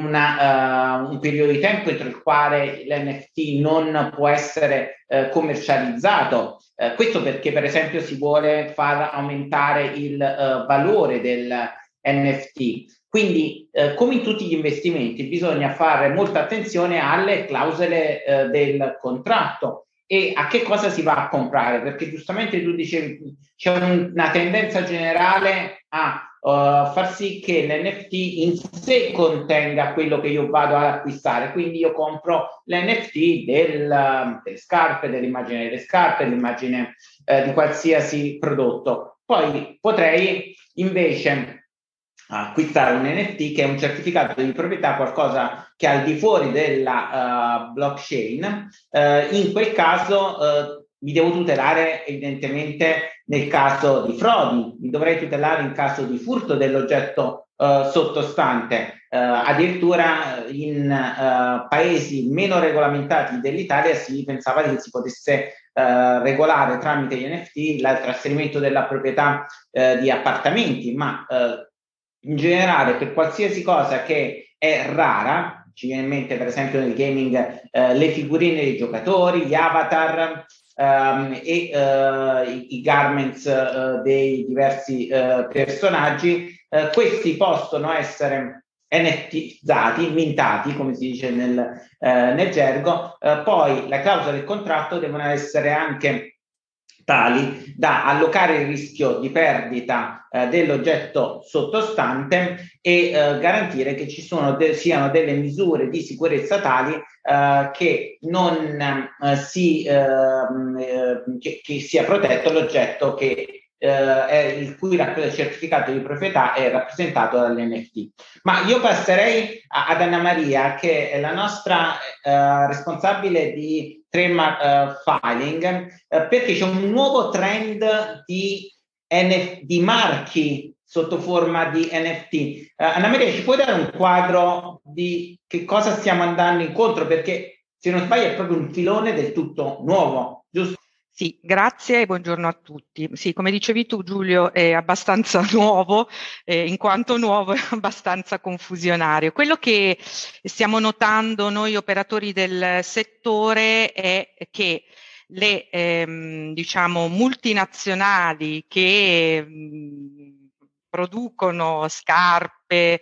una, uh, un periodo di tempo entro il quale l'N F T non può essere uh, commercializzato. Uh, questo perché per esempio si vuole far aumentare il uh, valore del N F T. Quindi, uh, come in tutti gli investimenti, bisogna fare molta attenzione alle clausole uh, del contratto e a che cosa si va a comprare, perché giustamente tu dicevi c'è un, una tendenza generale a uh, far sì che l'N F T in sé contenga quello che io vado ad acquistare, quindi io compro l'N F T del, delle scarpe, dell'immagine delle scarpe, dell'immagine uh, di qualsiasi prodotto. Poi potrei invece acquistare un N F T che è un certificato di proprietà, qualcosa che è al di fuori della uh, blockchain. Uh, in quel caso uh, mi devo tutelare evidentemente nel caso di frodi, mi dovrei tutelare in caso di furto dell'oggetto uh, sottostante. Uh, addirittura in uh, paesi meno regolamentati dell'Italia si pensava che si potesse uh, regolare tramite gli N F T il trasferimento della proprietà uh, di appartamenti, ma uh, in generale per qualsiasi cosa che è rara, ci viene in mente per esempio nel gaming uh, le figurine dei giocatori, gli avatar, Um, e uh, i, i garments uh, dei diversi uh, personaggi, uh, questi possono essere N F T-zati, mintati, come si dice nel, uh, nel gergo. Uh, poi la clausola del contratto devono essere anche tali da allocare il rischio di perdita eh, dell'oggetto sottostante e eh, garantire che ci sono de- siano delle misure di sicurezza tali eh, che non eh, si eh, eh, che, che sia protetto l'oggetto che eh, è il cui rapp- certificato di proprietà è rappresentato dall'N F T. Ma io passerei a- ad Anna Maria, che è la nostra eh, responsabile di trademark uh, filing, uh, perché c'è un nuovo trend di, N F- di marchi sotto forma di N F T. Uh, Anna Maria, ci puoi dare un quadro di che cosa stiamo andando incontro? Perché se non sbaglio è proprio un filone del tutto nuovo, giusto? Sì, grazie e buongiorno a tutti. Sì, come dicevi tu, Giulio, è abbastanza nuovo, eh, in quanto nuovo è abbastanza confusionario. Quello che stiamo notando noi operatori del settore è che le ehm, diciamo multinazionali che mh, producono scarpe,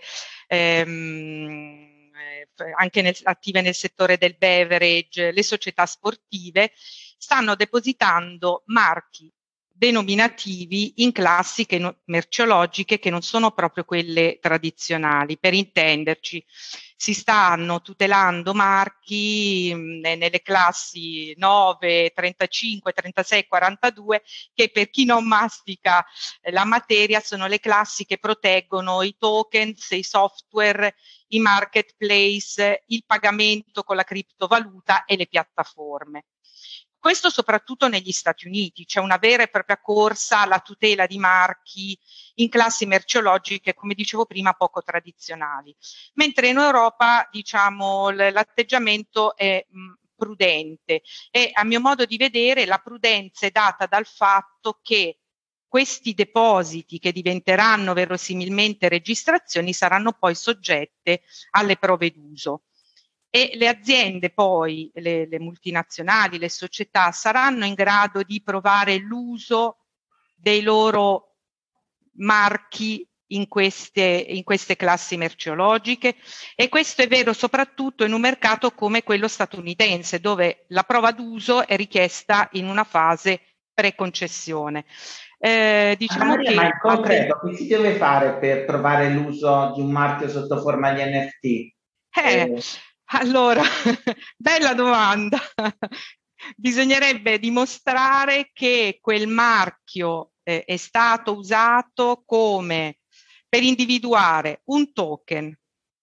ehm, anche nel, attive nel settore del beverage, le società sportive, stanno depositando marchi denominativi in classi che no, merceologiche che non sono proprio quelle tradizionali. Per intenderci, si stanno tutelando marchi mh, nelle classi nove, trentacinque, trentasei, quarantadue, che per chi non mastica eh, la materia sono le classi che proteggono i tokens, i software, i marketplace, il pagamento con la criptovaluta e le piattaforme. Questo soprattutto negli Stati Uniti, c'è una vera e propria corsa alla tutela di marchi in classi merceologiche, come dicevo prima, poco tradizionali. Mentre in Europa, diciamo, l'atteggiamento è mh, prudente e a mio modo di vedere la prudenza è data dal fatto che questi depositi, che diventeranno verosimilmente registrazioni, saranno poi soggette alle prove d'uso. E le aziende poi, le, le multinazionali, le società saranno in grado di provare l'uso dei loro marchi in queste, in queste classi merceologiche, e questo è vero soprattutto in un mercato come quello statunitense, dove la prova d'uso è richiesta in una fase preconcessione. Eh, diciamo Maria, che ma in concreto, che si deve fare per provare l'uso di un marchio sotto forma di N F T? Eh, Eh, allora, bella domanda. Bisognerebbe dimostrare che quel marchio eh, è stato usato come per individuare un token,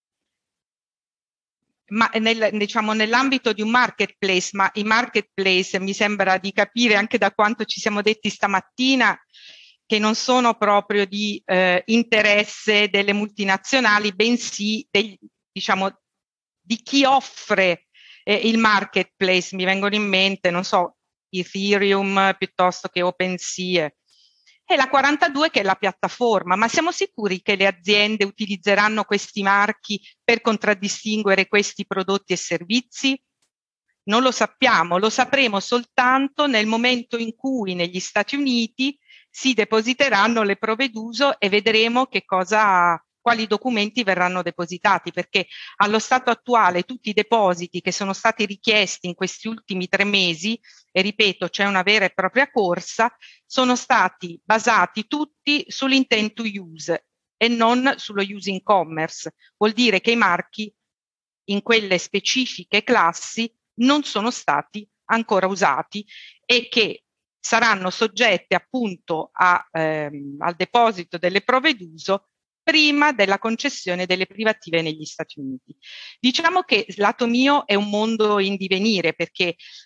ma nel, diciamo nell'ambito di un marketplace, ma i marketplace mi sembra di capire anche da quanto ci siamo detti stamattina che non sono proprio di eh, interesse delle multinazionali, bensì degli, diciamo, di chi offre eh, il marketplace. Mi vengono in mente, non so, Ethereum piuttosto che OpenSea. E la quarantadue che è la piattaforma, ma siamo sicuri che le aziende utilizzeranno questi marchi per contraddistinguere questi prodotti e servizi? Non lo sappiamo, lo sapremo soltanto nel momento in cui negli Stati Uniti si depositeranno le prove d'uso e vedremo che cosa, quali documenti verranno depositati, perché allo stato attuale tutti i depositi che sono stati richiesti in questi ultimi tre mesi, e ripeto c'è una vera e propria corsa, sono stati basati tutti sull'intent to use e non sullo using commerce. Vuol dire che i marchi in quelle specifiche classi non sono stati ancora usati e che saranno soggette appunto a, ehm, al deposito delle prove d'uso prima della concessione delle privative negli Stati Uniti. Diciamo che lato mio è un mondo in divenire, perché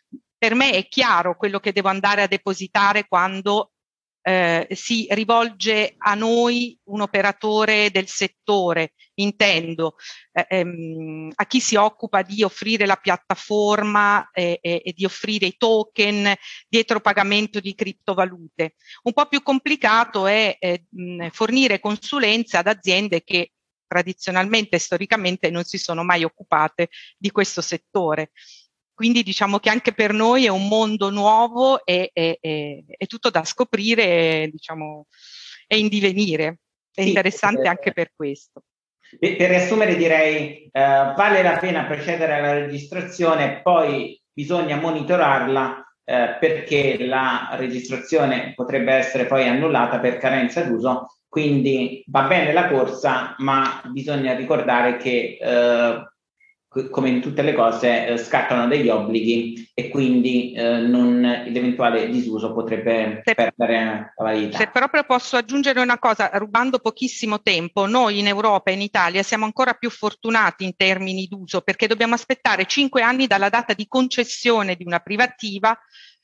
per me è chiaro quello che devo andare a depositare quando eh, si rivolge a noi un operatore del settore, intendo, eh, ehm, a chi si occupa di offrire la piattaforma eh, eh, e di offrire i token dietro pagamento di criptovalute. Un po' più complicato è eh, mh, fornire consulenze ad aziende che tradizionalmente e storicamente non si sono mai occupate di questo settore. Quindi diciamo che anche per noi è un mondo nuovo e è, è, è tutto da scoprire, diciamo, e in divenire. È sì, interessante eh, anche per questo. Per, per riassumere direi, eh, vale la pena procedere alla registrazione, poi bisogna monitorarla eh, perché la registrazione potrebbe essere poi annullata per carenza d'uso, quindi va bene la corsa, ma bisogna ricordare che eh, come in tutte le cose eh, scattano degli obblighi e quindi eh, non, l'eventuale disuso potrebbe se, perdere la validità. Se proprio posso aggiungere una cosa, rubando pochissimo tempo, noi in Europa e in Italia siamo ancora più fortunati in termini d'uso perché dobbiamo aspettare cinque anni dalla data di concessione di una privativa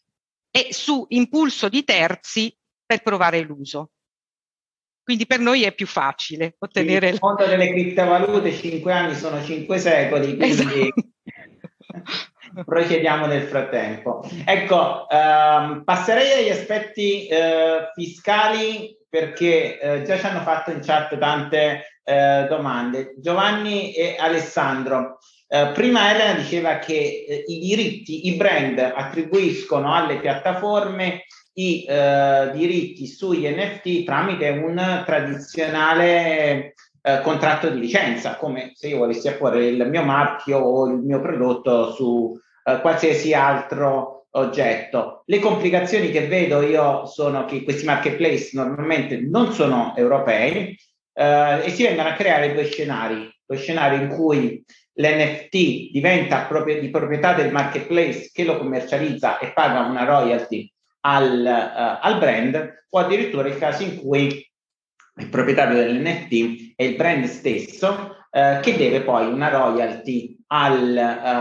e su impulso di terzi per provare l'uso. Quindi per noi è più facile ottenere... Il mondo delle criptovalute, cinque anni sono cinque secoli, quindi esatto. Procediamo nel frattempo. Ecco, ehm, passerei agli aspetti eh, fiscali perché eh, già ci hanno fatto in chat tante eh, domande. Giovanni e Alessandro, eh, prima Elena diceva che eh, i diritti, i brand attribuiscono alle piattaforme i eh, diritti sugli N F T tramite un tradizionale eh, contratto di licenza, come se io volessi apporre il mio marchio o il mio prodotto su eh, qualsiasi altro oggetto. Le complicazioni che vedo io sono che questi marketplace normalmente non sono europei eh, e si vengono a creare due scenari, lo scenario in cui l'N F T diventa proprio di proprietà del marketplace che lo commercializza e paga una royalty Al, uh, al brand, o addirittura il caso in cui il proprietario dell'N F T è il brand stesso uh, che deve poi una royalty al,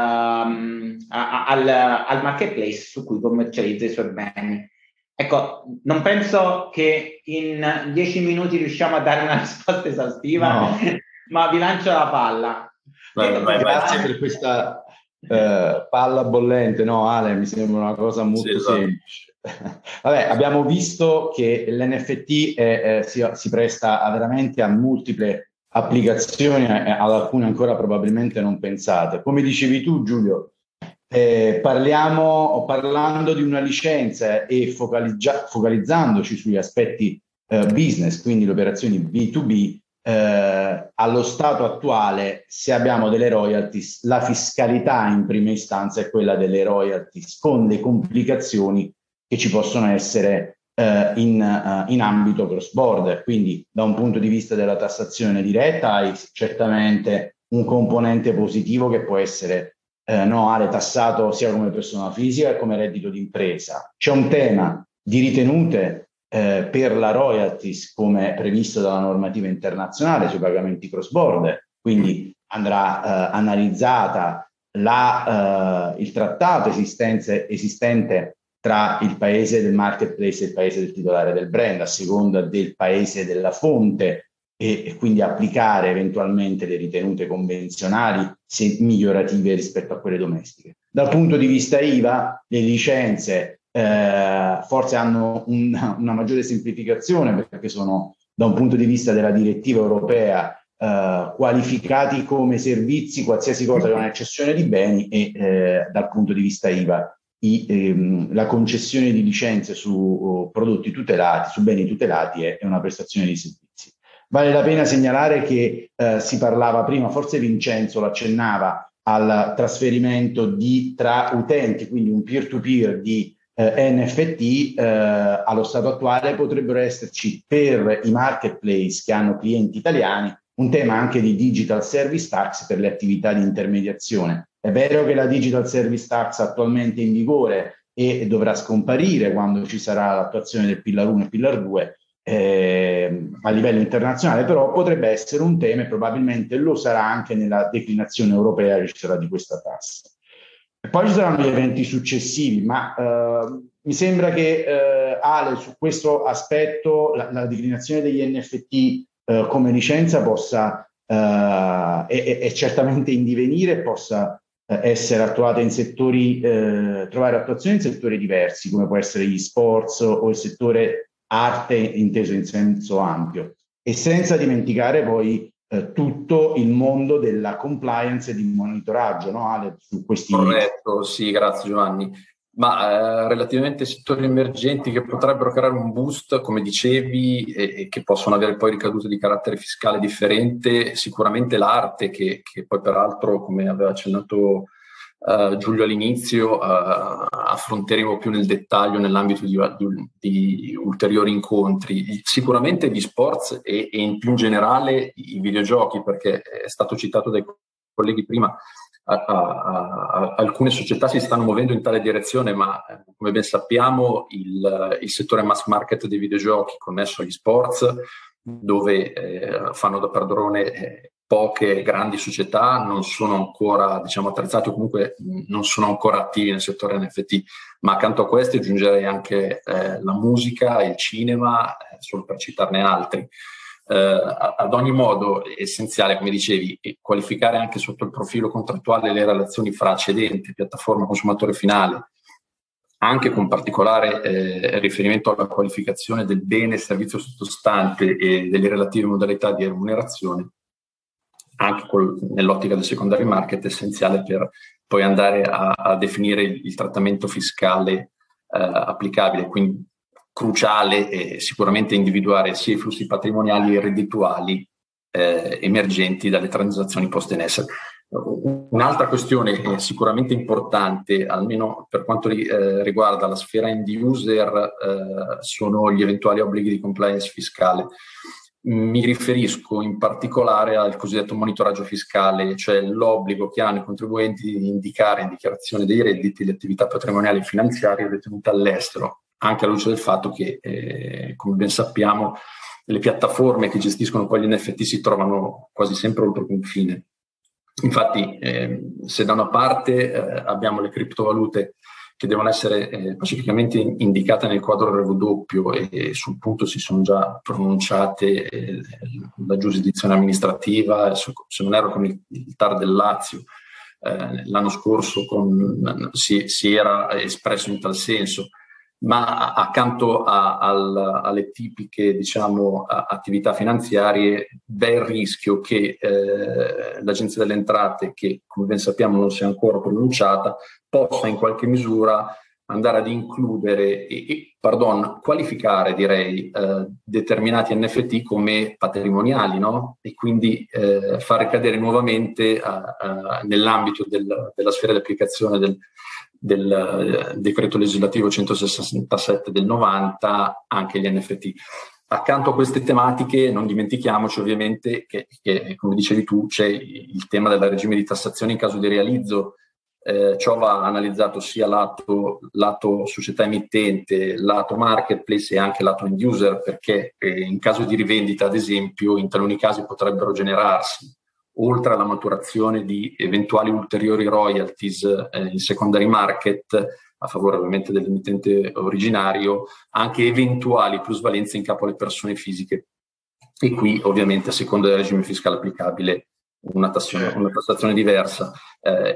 um, a, a, al, al marketplace su cui commercializza i suoi beni. Ecco, non penso che in dieci minuti riusciamo a dare una risposta esaustiva, no. Ma vi lancio la palla. Vai, vai, grazie vai. Per questa uh, palla bollente, no Ale, mi sembra una cosa molto sì, semplice. Vabbè, abbiamo visto che l'N F T è, eh, si, si presta a veramente a multiple applicazioni, eh, ad alcune ancora probabilmente non pensate. Come dicevi tu, Giulio, eh, parliamo parlando di una licenza e focalizza, focalizzandoci sugli aspetti eh, business, quindi le operazioni B due B, eh, allo stato attuale, se abbiamo delle royalties, la fiscalità in prima istanza è quella delle royalties, con le complicazioni che ci possono essere uh, in, uh, in ambito cross border. Quindi da un punto di vista della tassazione diretta hai certamente un componente positivo che può essere uh, no, Ale, tassato sia come persona fisica che come reddito d'impresa. C'è un tema di ritenute uh, per la royalties come previsto dalla normativa internazionale sui pagamenti cross border, quindi andrà uh, analizzata la, uh, il trattato esistente, esistente tra il paese del marketplace e il paese del titolare del brand, a seconda del paese della fonte, e, e quindi applicare eventualmente le ritenute convenzionali se migliorative rispetto a quelle domestiche. Dal punto di vista I V A, le licenze eh, forse hanno un, una maggiore semplificazione perché sono, da un punto di vista della direttiva europea, eh, qualificati come servizi qualsiasi cosa che è un'eccessione di beni e eh, dal punto di vista I V A I, ehm, la concessione di licenze su uh, prodotti tutelati, su beni tutelati è, è una prestazione di servizi. Vale la pena segnalare che eh, si parlava prima, forse Vincenzo lo accennava, al trasferimento di, tra utenti, quindi un peer-to-peer di eh, N F T, eh, allo stato attuale potrebbero esserci per i marketplace che hanno clienti italiani un tema anche di digital service tax per le attività di intermediazione. È vero che la digital service tax attualmente è in vigore e dovrà scomparire quando ci sarà l'attuazione del Pillar uno e Pillar due eh, a livello internazionale, però potrebbe essere un tema e probabilmente lo sarà anche nella declinazione europea che ci sarà di questa tassa. E poi ci saranno gli eventi successivi, ma eh, mi sembra che eh, Ale, su questo aspetto, la, la declinazione degli N F T eh, come licenza possa eh, è, è certamente in divenire e possa eh, essere attuata in settori, eh, trovare attuazione in settori diversi, come può essere gli sports o il settore arte inteso in senso ampio, e senza dimenticare poi eh, tutto il mondo della compliance e di monitoraggio, no Ale, su questi... Corretto, sì, grazie Giovanni. Ma eh, relativamente ai settori emergenti che potrebbero creare un boost, come dicevi, e, e che possono avere poi ricadute di carattere fiscale differente, sicuramente l'arte, che, che poi peraltro, come aveva accennato Uh, Giulio all'inizio, uh, affronteremo più nel dettaglio nell'ambito di, di, di ulteriori incontri. Sicuramente gli sports e, e in più in generale i videogiochi, perché è stato citato dai colleghi prima, a, a, a, alcune società si stanno muovendo in tale direzione, ma come ben sappiamo il, il settore mass market dei videogiochi connesso agli sports, dove eh, fanno da padrone eh, poche grandi società, non sono ancora, diciamo, attrezzati o comunque non sono ancora attivi nel settore N F T, ma accanto a questi aggiungerei anche eh, la musica, il cinema, eh, solo per citarne altri. Eh, ad ogni modo è essenziale, come dicevi, qualificare anche sotto il profilo contrattuale le relazioni fra accedente, piattaforma, consumatore finale, anche con particolare eh, riferimento alla qualificazione del bene e servizio sottostante e delle relative modalità di remunerazione, anche col, nell'ottica del secondary market, essenziale per poi andare a, a definire il, il trattamento fiscale eh, applicabile. Quindi cruciale è sicuramente individuare sia i flussi patrimoniali e reddituali eh, emergenti dalle transazioni poste in essere. Un'altra questione eh, sicuramente importante, almeno per quanto ri, eh, riguarda la sfera end user, eh, sono gli eventuali obblighi di compliance fiscale. Mi riferisco in particolare al cosiddetto monitoraggio fiscale, cioè l'obbligo che hanno i contribuenti di indicare in dichiarazione dei redditi le attività patrimoniali e finanziarie detenute all'estero, anche alla luce del fatto che, eh, come ben sappiamo, le piattaforme che gestiscono poi gli N F T si trovano quasi sempre oltre confine. Infatti, eh, se da una parte eh, abbiamo le criptovalute che devono essere eh, pacificamente indicate nel quadro R W e, e sul punto si sono già pronunciate eh, la giurisdizione amministrativa, se, se non erro con il, il T A R del Lazio, eh, l'anno scorso con, si, si era espresso in tal senso, ma accanto a, al, alle tipiche, diciamo, attività finanziarie v'è il rischio che eh, l'Agenzia delle Entrate, che come ben sappiamo non si è ancora pronunciata, possa in qualche misura andare ad includere e, e pardon, qualificare direi eh, determinati N F T come patrimoniali, no? E quindi eh, far ricadere nuovamente a, a, nell'ambito del, della sfera di applicazione del del eh, decreto legislativo centosessantasette del novanta anche gli N F T. Accanto a queste tematiche non dimentichiamoci ovviamente che, che come dicevi tu c'è il tema del regime di tassazione in caso di realizzo. Eh, ciò va analizzato sia lato, lato società emittente, lato marketplace e anche lato end user, perché eh, in caso di rivendita ad esempio in taluni casi potrebbero generarsi, oltre alla maturazione di eventuali ulteriori royalties eh, in secondary market, a favore ovviamente dell'emittente originario, anche eventuali plusvalenze in capo alle persone fisiche. E qui ovviamente a seconda del regime fiscale applicabile una tassazione, una tassazione diversa. Eh,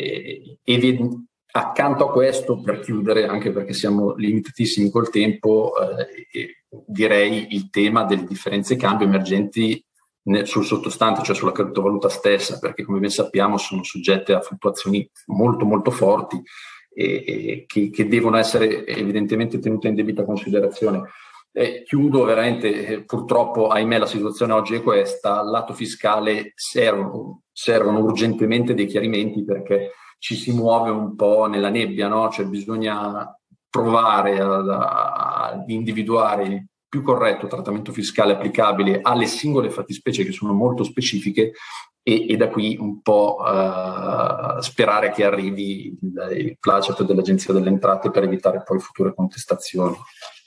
e, e accanto a questo, per chiudere, anche perché siamo limitatissimi col tempo, eh, direi il tema delle differenze cambio emergenti sul sottostante, cioè sulla criptovaluta stessa, perché come ben sappiamo sono soggette a fluttuazioni molto molto forti e, e che, che devono essere evidentemente tenute in debita considerazione. E chiudo veramente, eh, purtroppo ahimè la situazione oggi è questa, al lato fiscale servono, servono urgentemente dei chiarimenti perché ci si muove un po' nella nebbia, no? Cioè bisogna provare ad individuare il più corretto trattamento fiscale applicabile alle singole fattispecie che sono molto specifiche e, e da qui un po' uh, sperare che arrivi il, il placet dell'Agenzia delle Entrate per evitare poi future contestazioni.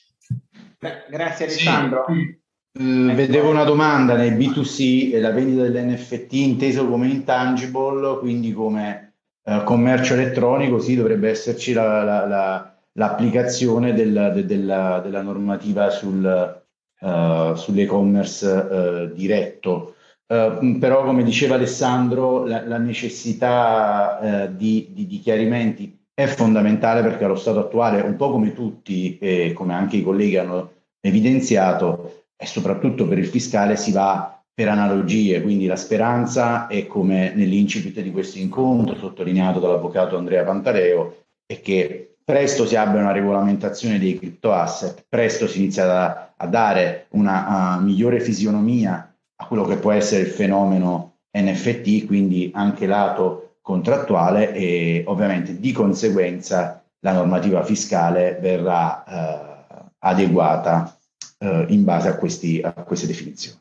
Grazie Alessandro. Sì. Uh, vedevo una domanda nei B due C, la vendita dell'N F T inteso come intangible, quindi come eh, commercio elettronico, sì, dovrebbe esserci la, la, la, l'applicazione del, de, della, della normativa sul, uh, sull'e-commerce uh, diretto. Uh, però, come diceva Alessandro, la, la necessità uh, di, di, di chiarimenti è fondamentale, perché allo stato attuale, un po' come tutti e come anche i colleghi hanno evidenziato, e soprattutto per il fiscale si va per analogie, quindi la speranza è, come nell'incipit di questo incontro sottolineato dall'avvocato Andrea Pantaleo, è che presto si abbia una regolamentazione dei cryptoasset, presto si inizia a, a dare una a migliore fisionomia a quello che può essere il fenomeno N F T, quindi anche lato contrattuale, e ovviamente di conseguenza la normativa fiscale verrà eh, adeguata eh, in base a, questi, a queste definizioni.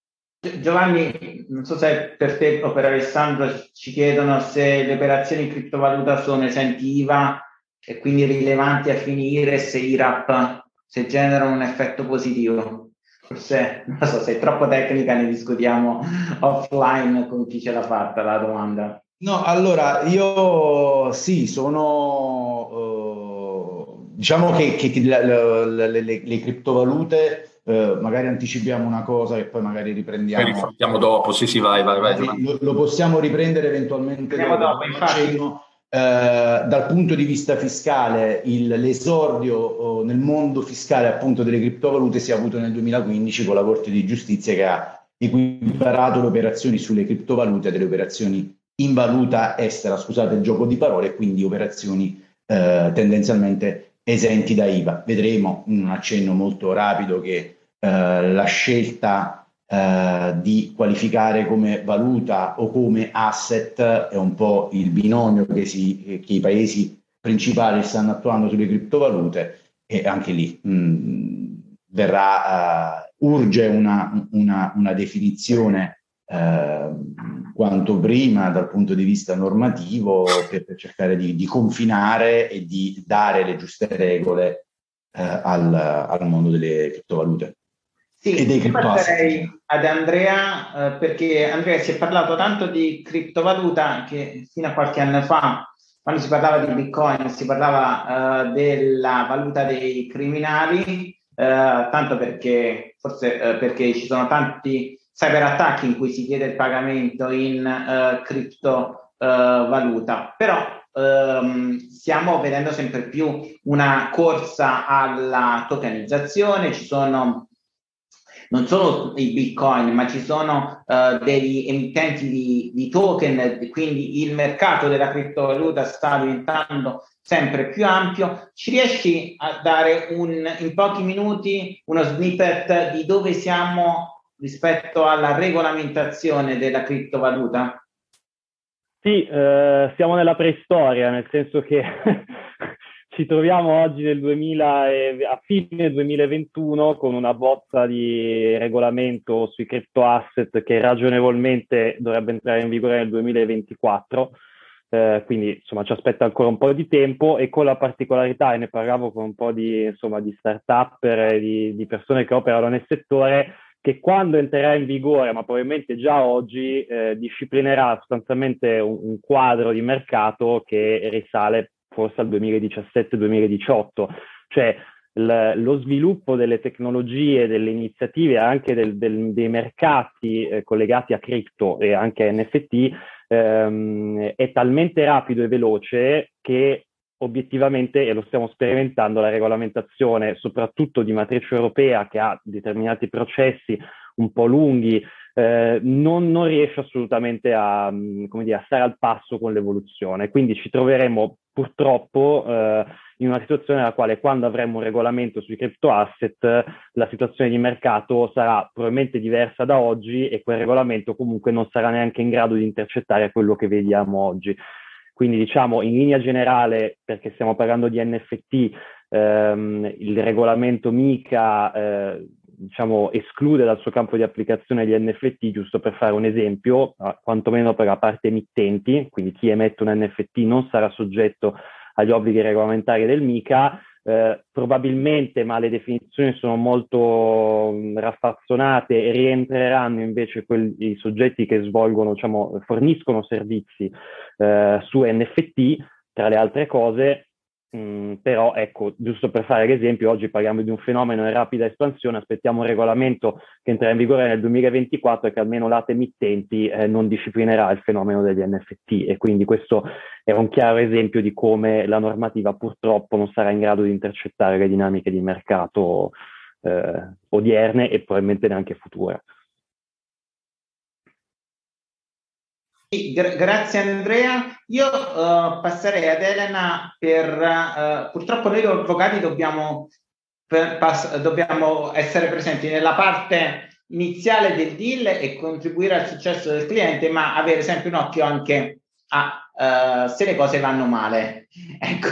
Giovanni, non so se per te o per Alessandro ci chiedono se le operazioni in criptovaluta sono esenti I V A e quindi rilevanti a fini I R E S e I R A P, se generano un effetto positivo. Forse, non so, se è troppo tecnica ne discutiamo offline con chi ce l'ha fatta la domanda. No, allora, io sì, sono, uh, diciamo che, che, che la, la, la, le, le criptovalute, uh, magari anticipiamo una cosa e poi magari riprendiamo. Poi riflettiamo dopo, sì sì, vai, vai, vai. Lo, lo possiamo riprendere eventualmente dopo, dopo infatti. Uh, dal punto di vista fiscale, il, l'esordio uh, nel mondo fiscale appunto delle criptovalute si è avuto nel duemilaquindici con la Corte di Giustizia, che ha equiparato le operazioni sulle criptovalute delle operazioni in valuta estera, scusate il gioco di parole, quindi operazioni eh, tendenzialmente esenti da I V A. Vedremo in un accenno molto rapido che eh, la scelta eh, di qualificare come valuta o come asset è un po' il binomio che, si, che i paesi principali stanno attuando sulle criptovalute, e anche lì mh, verrà, uh, urge una, una, una definizione Eh, quanto prima dal punto di vista normativo, per, per cercare di, di confinare e di dare le giuste regole eh, al, al mondo delle criptovalute. Sì, e dei passerei ad Andrea, eh, perché Andrea, si è parlato tanto di criptovaluta che fino a qualche anno fa, quando si parlava di Bitcoin, si parlava eh, della valuta dei criminali, eh, tanto perché forse eh, perché ci sono tanti cyberattacchi in cui si chiede il pagamento in uh, criptovaluta, uh, però um, stiamo vedendo sempre più una corsa alla tokenizzazione. Ci sono non solo i bitcoin, ma ci sono uh, degli emittenti di, di token, quindi il mercato della criptovaluta sta diventando sempre più ampio. Ci riesci a dare un, in pochi minuti uno snippet di dove siamo rispetto alla regolamentazione della criptovaluta? Sì, eh, siamo nella preistoria, nel senso che ci troviamo oggi nel duemila e, a fine duemilaventuno con una bozza di regolamento sui crypto asset che ragionevolmente dovrebbe entrare in vigore nel duemilaventiquattro, eh, quindi insomma ci aspetta ancora un po' di tempo, e con la particolarità, e ne parlavo con un po' di, insomma, di start-up e di, di persone che operano nel settore, che quando entrerà in vigore, ma probabilmente già oggi, eh, disciplinerà sostanzialmente un, un quadro di mercato che risale forse al duemiladiciassette duemiladiciotto, cioè l- lo sviluppo delle tecnologie, delle iniziative, anche del, del, dei mercati eh, collegati a cripto e anche a N F T ehm, è talmente rapido e veloce che obiettivamente, e lo stiamo sperimentando, la regolamentazione soprattutto di matrice europea, che ha determinati processi un po' lunghi, eh, non, non riesce assolutamente a, come dire, a stare al passo con l'evoluzione. Quindi ci troveremo purtroppo eh, in una situazione nella quale, quando avremo un regolamento sui crypto asset, la situazione di mercato sarà probabilmente diversa da oggi, e quel regolamento comunque non sarà neanche in grado di intercettare quello che vediamo oggi. Quindi, diciamo, in linea generale, perché stiamo parlando di N F T, ehm, il regolamento MiCA eh, diciamo, esclude dal suo campo di applicazione gli N F T, giusto per fare un esempio, eh, quantomeno per la parte emittenti, quindi chi emette un N F T non sarà soggetto agli obblighi regolamentari del MiCA. eh, probabilmente, ma le definizioni sono molto mh, raffazzonate, e rientreranno invece quelli, i soggetti che svolgono, diciamo, forniscono servizi eh, su N F T, tra le altre cose. Mm, però ecco, giusto per fare l'esempio, oggi parliamo di un fenomeno in rapida espansione, aspettiamo un regolamento che entrerà in vigore nel duemilaventiquattro e che almeno lato emittenti eh, non disciplinerà il fenomeno degli N F T, e quindi questo è un chiaro esempio di come la normativa purtroppo non sarà in grado di intercettare le dinamiche di mercato eh, odierne e probabilmente neanche future. Gra- grazie Andrea. Io uh, passerei ad Elena per uh, purtroppo noi avvocati dobbiamo, per, pass- dobbiamo essere presenti nella parte iniziale del deal e contribuire al successo del cliente, ma avere sempre un occhio anche a uh, se le cose vanno male. Ecco.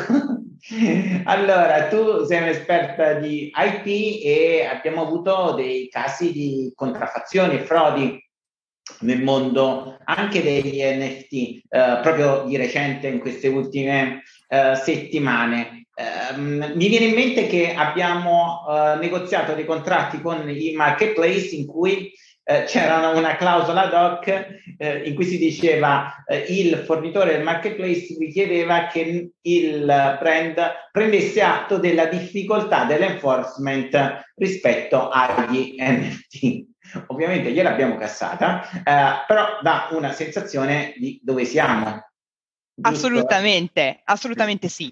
Allora, tu sei un'esperta di I P e abbiamo avuto dei casi di contraffazioni e frodi nel mondo anche degli N F T, eh, proprio di recente in queste ultime eh, settimane. Um, mi viene in mente che abbiamo uh, negoziato dei contratti con i marketplace in cui uh, c'era una clausola ad hoc uh, in cui si diceva uh, il fornitore del marketplace richiedeva che il brand prendesse atto della difficoltà dell'enforcement rispetto agli N F T. Ovviamente gliel'abbiamo cassata, eh, però dà una sensazione di dove siamo. Giusto? Assolutamente, assolutamente sì.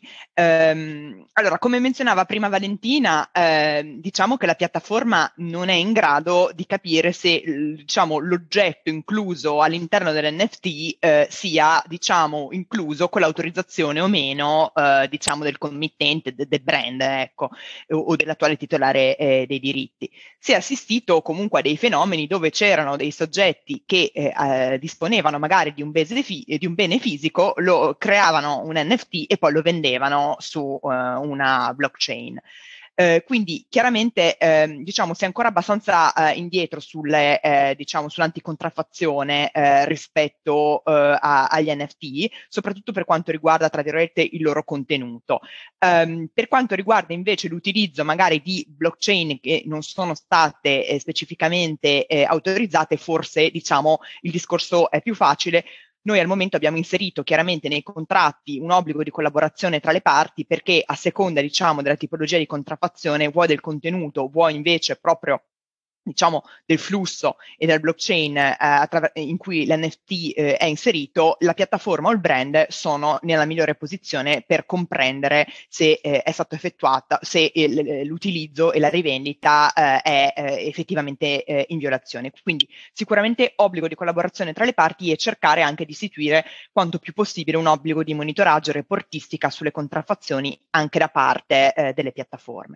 Um, allora, come menzionava prima Valentina, eh, diciamo che la piattaforma non è in grado di capire se, diciamo, l'oggetto incluso all'interno dell'N F T eh, sia, diciamo, incluso con l'autorizzazione o meno, eh, diciamo, del committente, de- del brand, ecco, o, o dell'attuale titolare eh, dei diritti. Si è assistito comunque a dei fenomeni dove c'erano dei soggetti che eh, eh, disponevano magari di un, bene fi- di un bene fisico, lo creavano un N F T e poi lo vendevano su uh, una blockchain. Uh, quindi chiaramente uh, diciamo si è ancora abbastanza uh, indietro sulle, uh, diciamo, sull'anticontraffazione uh, rispetto uh, a, agli N F T, soprattutto per quanto riguarda, tra virgolette, il loro contenuto. Um, per quanto riguarda invece l'utilizzo magari di blockchain che non sono state eh, specificamente eh, autorizzate, forse diciamo il discorso è più facile. Noi al momento abbiamo inserito chiaramente nei contratti un obbligo di collaborazione tra le parti, perché a seconda, diciamo, della tipologia di contraffazione, vuoi del contenuto, vuoi invece proprio, diciamo, del flusso e del blockchain eh, attraver- in cui l'N F T eh, è inserito, la piattaforma o il brand sono nella migliore posizione per comprendere se eh, è stato effettuata, se eh, l'utilizzo e la rivendita eh, è eh, effettivamente eh, in violazione. Quindi sicuramente obbligo di collaborazione tra le parti e cercare anche di istituire quanto più possibile un obbligo di monitoraggio e reportistica sulle contraffazioni anche da parte eh, delle piattaforme.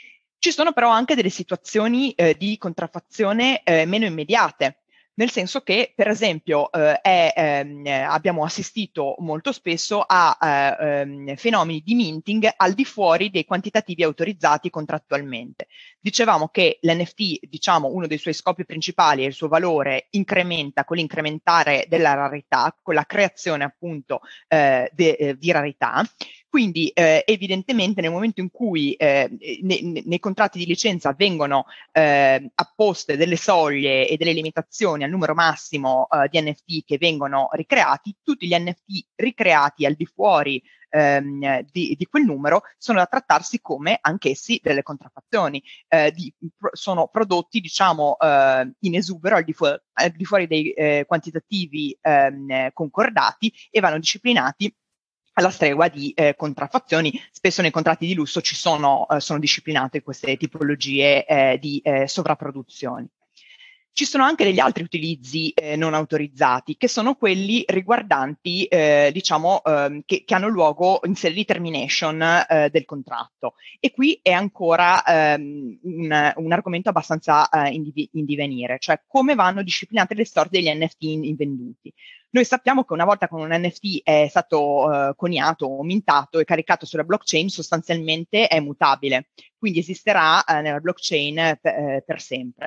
Ci sono però anche delle situazioni eh, di contraffazione eh, meno immediate, nel senso che, per esempio, eh, è, ehm, abbiamo assistito molto spesso a eh, ehm, fenomeni di minting al di fuori dei quantitativi autorizzati contrattualmente. Dicevamo che l'N F T, diciamo, uno dei suoi scopi principali e il suo valore incrementa con l'incrementare della rarità, con la creazione appunto eh, de, eh, di rarità. Quindi eh, evidentemente nel momento in cui eh, ne, nei contratti di licenza vengono eh, apposte delle soglie e delle limitazioni al numero massimo eh, di N F T che vengono ricreati, tutti gli N F T ricreati al di fuori ehm, di, di quel numero sono da trattarsi come anch'essi delle contraffazioni. Eh, di, pro, sono prodotti, diciamo, eh, in esubero al di, fu- al di fuori dei eh, quantitativi ehm, concordati e vanno disciplinati alla stregua di eh, contraffazioni. Spesso nei contratti di lusso ci sono, eh, sono disciplinate queste tipologie eh, di eh, sovrapproduzioni. Ci sono anche degli altri utilizzi eh, non autorizzati, che sono quelli riguardanti, eh, diciamo, eh, che, che hanno luogo in sede di termination eh, del contratto. E qui è ancora ehm, un, un argomento abbastanza eh, in, div- in divenire, cioè come vanno disciplinate le sorti degli N F T invenduti. Noi sappiamo che una volta che un N F T è stato eh, coniato o mintato e caricato sulla blockchain, sostanzialmente è mutabile, quindi esisterà eh, nella blockchain per, eh, per sempre.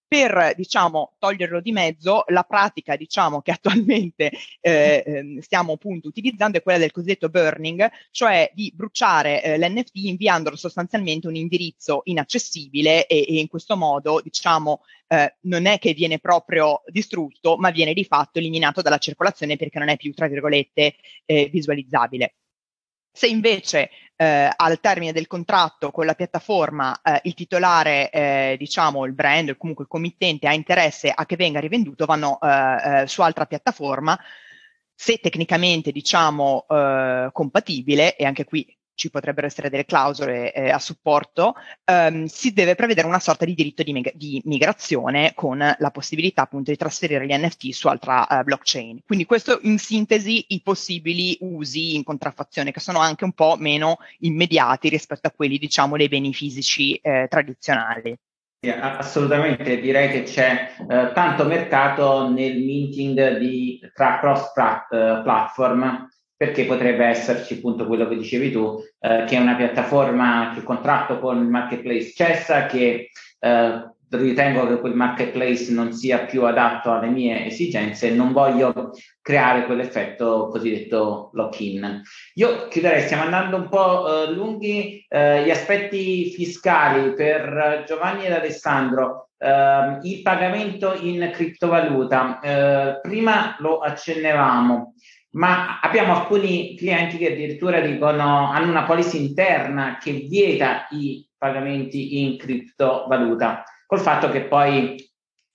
per, diciamo, toglierlo di mezzo, la pratica, diciamo, che attualmente eh, stiamo appunto utilizzando è quella del cosiddetto burning, cioè di bruciare eh, l'N F T inviandolo sostanzialmente un indirizzo inaccessibile e, e in questo modo, diciamo, eh, non è che viene proprio distrutto, ma viene di fatto eliminato dalla circolazione perché non è più, tra virgolette, eh, visualizzabile. Se invece eh, al termine del contratto con la piattaforma eh, il titolare, eh, diciamo il brand o comunque il committente ha interesse a che venga rivenduto, vanno eh, eh, su altra piattaforma, se tecnicamente diciamo eh, compatibile, e anche qui ci potrebbero essere delle clausole eh, a supporto, ehm, si deve prevedere una sorta di diritto di, mig- di migrazione con la possibilità appunto di trasferire gli N F T su altra uh, blockchain. Quindi questo in sintesi i possibili usi in contraffazione, che sono anche un po' meno immediati rispetto a quelli diciamo dei beni fisici eh, tradizionali. Assolutamente, direi che c'è eh, tanto mercato nel minting di, tra cross platform, perché potrebbe esserci appunto quello che dicevi tu, eh, che è una piattaforma che contratto con il marketplace Cessa, che eh, ritengo che quel marketplace non sia più adatto alle mie esigenze e non voglio creare quell'effetto cosiddetto lock-in. Io chiuderei, stiamo andando un po' eh, lunghi, eh, gli aspetti fiscali per Giovanni ed Alessandro. Uh, il pagamento in criptovaluta, uh, prima lo accennevamo, ma abbiamo alcuni clienti che addirittura dicono, hanno una policy interna che vieta i pagamenti in criptovaluta, col fatto che poi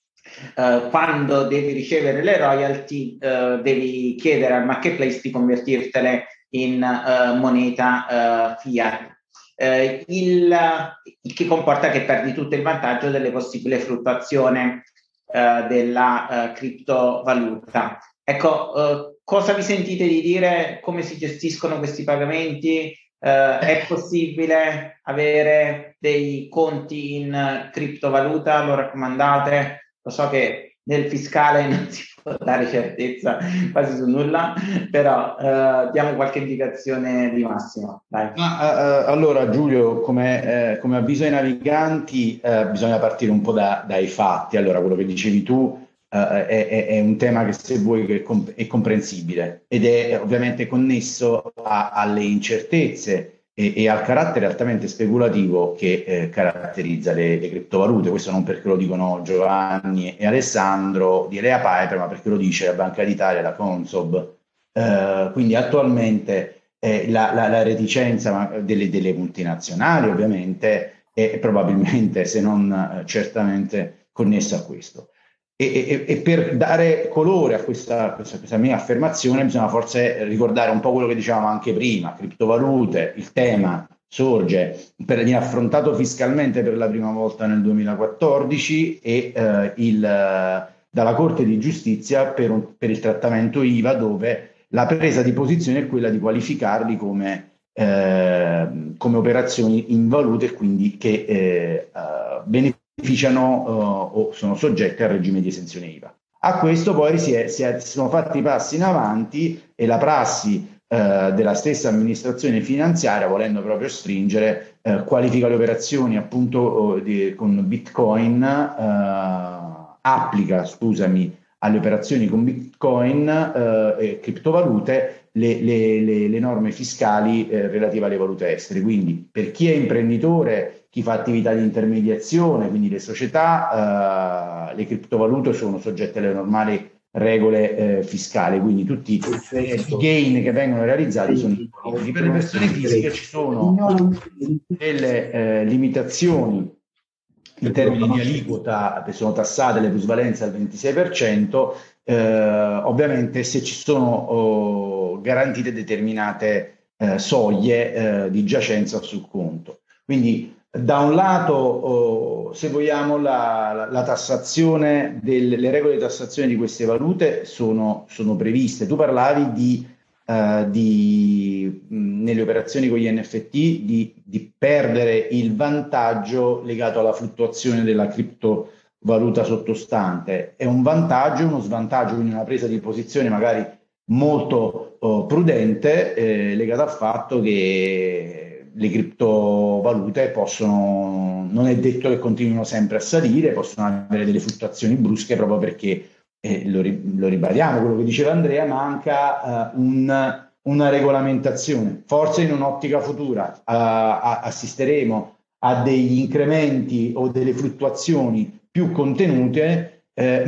uh, quando devi ricevere le royalty uh, devi chiedere al marketplace di convertirtele in uh, moneta uh, fiat. Uh, il, il che comporta che perdi tutto il vantaggio delle possibili fluttuazioni uh, della uh, criptovaluta. Ecco, uh, cosa vi sentite di dire? Come si gestiscono questi pagamenti? Uh, è possibile avere dei conti in criptovaluta? Lo raccomandate? Lo so che nel fiscale non si può dare certezza quasi su nulla, però uh, diamo qualche indicazione di massimo. Dai. Ma, uh, allora Giulio, come, eh, come avviso ai naviganti uh, bisogna partire un po' da, dai fatti. Allora, quello che dicevi tu uh, è, è, è un tema che, se vuoi, che è, comp- è comprensibile ed è ovviamente connesso a, alle incertezze e, e al carattere altamente speculativo che eh, caratterizza le, le criptovalute. Questo non perché lo dicono Giovanni e Alessandro di Elea Piper, ma perché lo dice la Banca d'Italia, la Consob. Uh, quindi attualmente eh, la, la, la reticenza delle, delle multinazionali ovviamente è probabilmente, se non eh, certamente, connessa a questo. E, e, e per dare colore a questa, questa, questa mia affermazione bisogna forse ricordare un po' quello che dicevamo anche prima: criptovalute, il tema sorge per, viene affrontato fiscalmente per la prima volta nel duemilaquattordici e eh, il, dalla Corte di Giustizia per, un, per il trattamento I V A, dove la presa di posizione è quella di qualificarli come, eh, come operazioni in valute, e quindi che eh, uh, beneficiano uh, o sono soggette al regime di esenzione I V A. A questo poi si, è, si, è, si sono fatti passi in avanti e la prassi uh, della stessa amministrazione finanziaria, volendo proprio stringere, uh, qualifica le operazioni appunto uh, di, con Bitcoin, uh, applica, scusami, alle operazioni con Bitcoin eh, e criptovalute le, le, le, le norme fiscali eh, relative alle valute estere. Quindi per chi è imprenditore, chi fa attività di intermediazione, quindi le società, eh, le criptovalute sono soggette alle normali regole eh, fiscali, quindi tutti i gain che vengono realizzati sono imponibili. Per le persone fisiche ci sono delle eh, limitazioni in termini di aliquota, che sono tassate le plusvalenze al ventisei per cento, eh, ovviamente se ci sono oh, garantite determinate eh, soglie eh, di giacenza sul conto. Quindi da un lato, oh, se vogliamo, la, la, la tassazione, del, le regole di tassazione di queste valute sono, sono previste. Tu parlavi di Uh, di, mh, nelle operazioni con gli N F T di, di perdere il vantaggio legato alla fluttuazione della criptovaluta sottostante. È un vantaggio, uno svantaggio, quindi una presa di posizione magari molto uh, prudente, eh, legata al fatto che le criptovalute possono, non è detto che continuino sempre a salire, possono avere delle fluttuazioni brusche proprio perché, eh, lo, lo ribadiamo, quello che diceva Andrea, manca uh, un, una regolamentazione. Forse in un'ottica futura uh, assisteremo a degli incrementi o delle fluttuazioni più contenute, eh,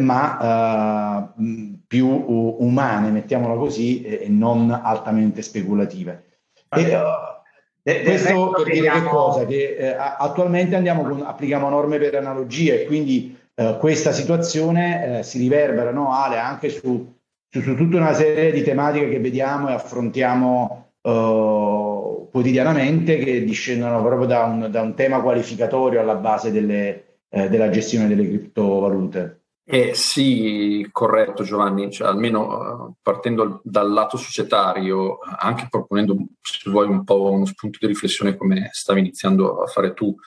ma uh, più uh, umane, mettiamola così, e eh, non altamente speculative. E, uh, de- questo per dire che cosa? Che eh, attualmente andiamo con, applichiamo norme per analogia e quindi eh, questa situazione eh, si riverbera, no, Ale, anche su, su, su tutta una serie di tematiche che vediamo e affrontiamo eh, quotidianamente, che discendono proprio da un, da un tema qualificatorio alla base delle, eh, della gestione delle criptovalute. Eh sì, corretto Giovanni, cioè, almeno uh, partendo dal lato societario, anche proponendo, se vuoi, un po' uno spunto di riflessione come stavi iniziando a fare tu,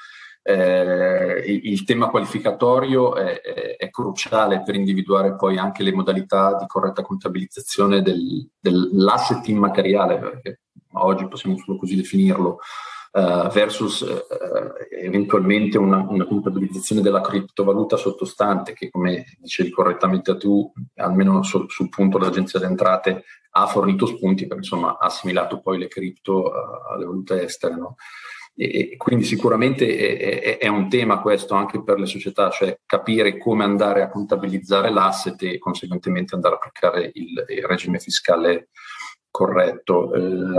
eh, il, il tema qualificatorio è, è, è cruciale per individuare poi anche le modalità di corretta contabilizzazione del, dell'asset immateriale, perché oggi possiamo solo così definirlo, Uh, versus uh, eventualmente una, una contabilizzazione della criptovaluta sottostante che, come dicevi correttamente tu, almeno sul, sul punto l'Agenzia delle Entrate ha fornito spunti, perché insomma ha assimilato poi le cripto uh, alle valute estere, no? E, e quindi sicuramente è, è, è un tema questo anche per le società, cioè capire come andare a contabilizzare l'asset e conseguentemente andare a applicare il, il regime fiscale corretto.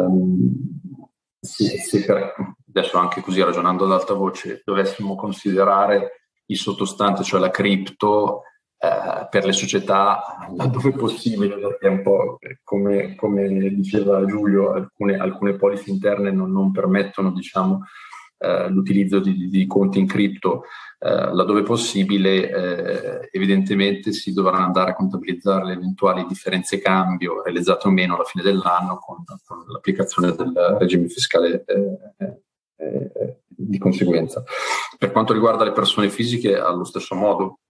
Um, Sì, sì, per, adesso anche così ragionando ad alta voce, dovessimo considerare il sottostante, cioè la cripto, eh, per le società laddove possibile, perché è un po' come, come diceva Giulio, alcune, alcune policy interne non, non permettono, diciamo, eh, l'utilizzo di, di conti in cripto. Eh, laddove possibile, eh, evidentemente si dovranno andare a contabilizzare le eventuali differenze cambio realizzate o meno alla fine dell'anno con, con l'applicazione del regime fiscale eh, eh, di conseguenza. Per quanto riguarda le persone fisiche, allo stesso modo,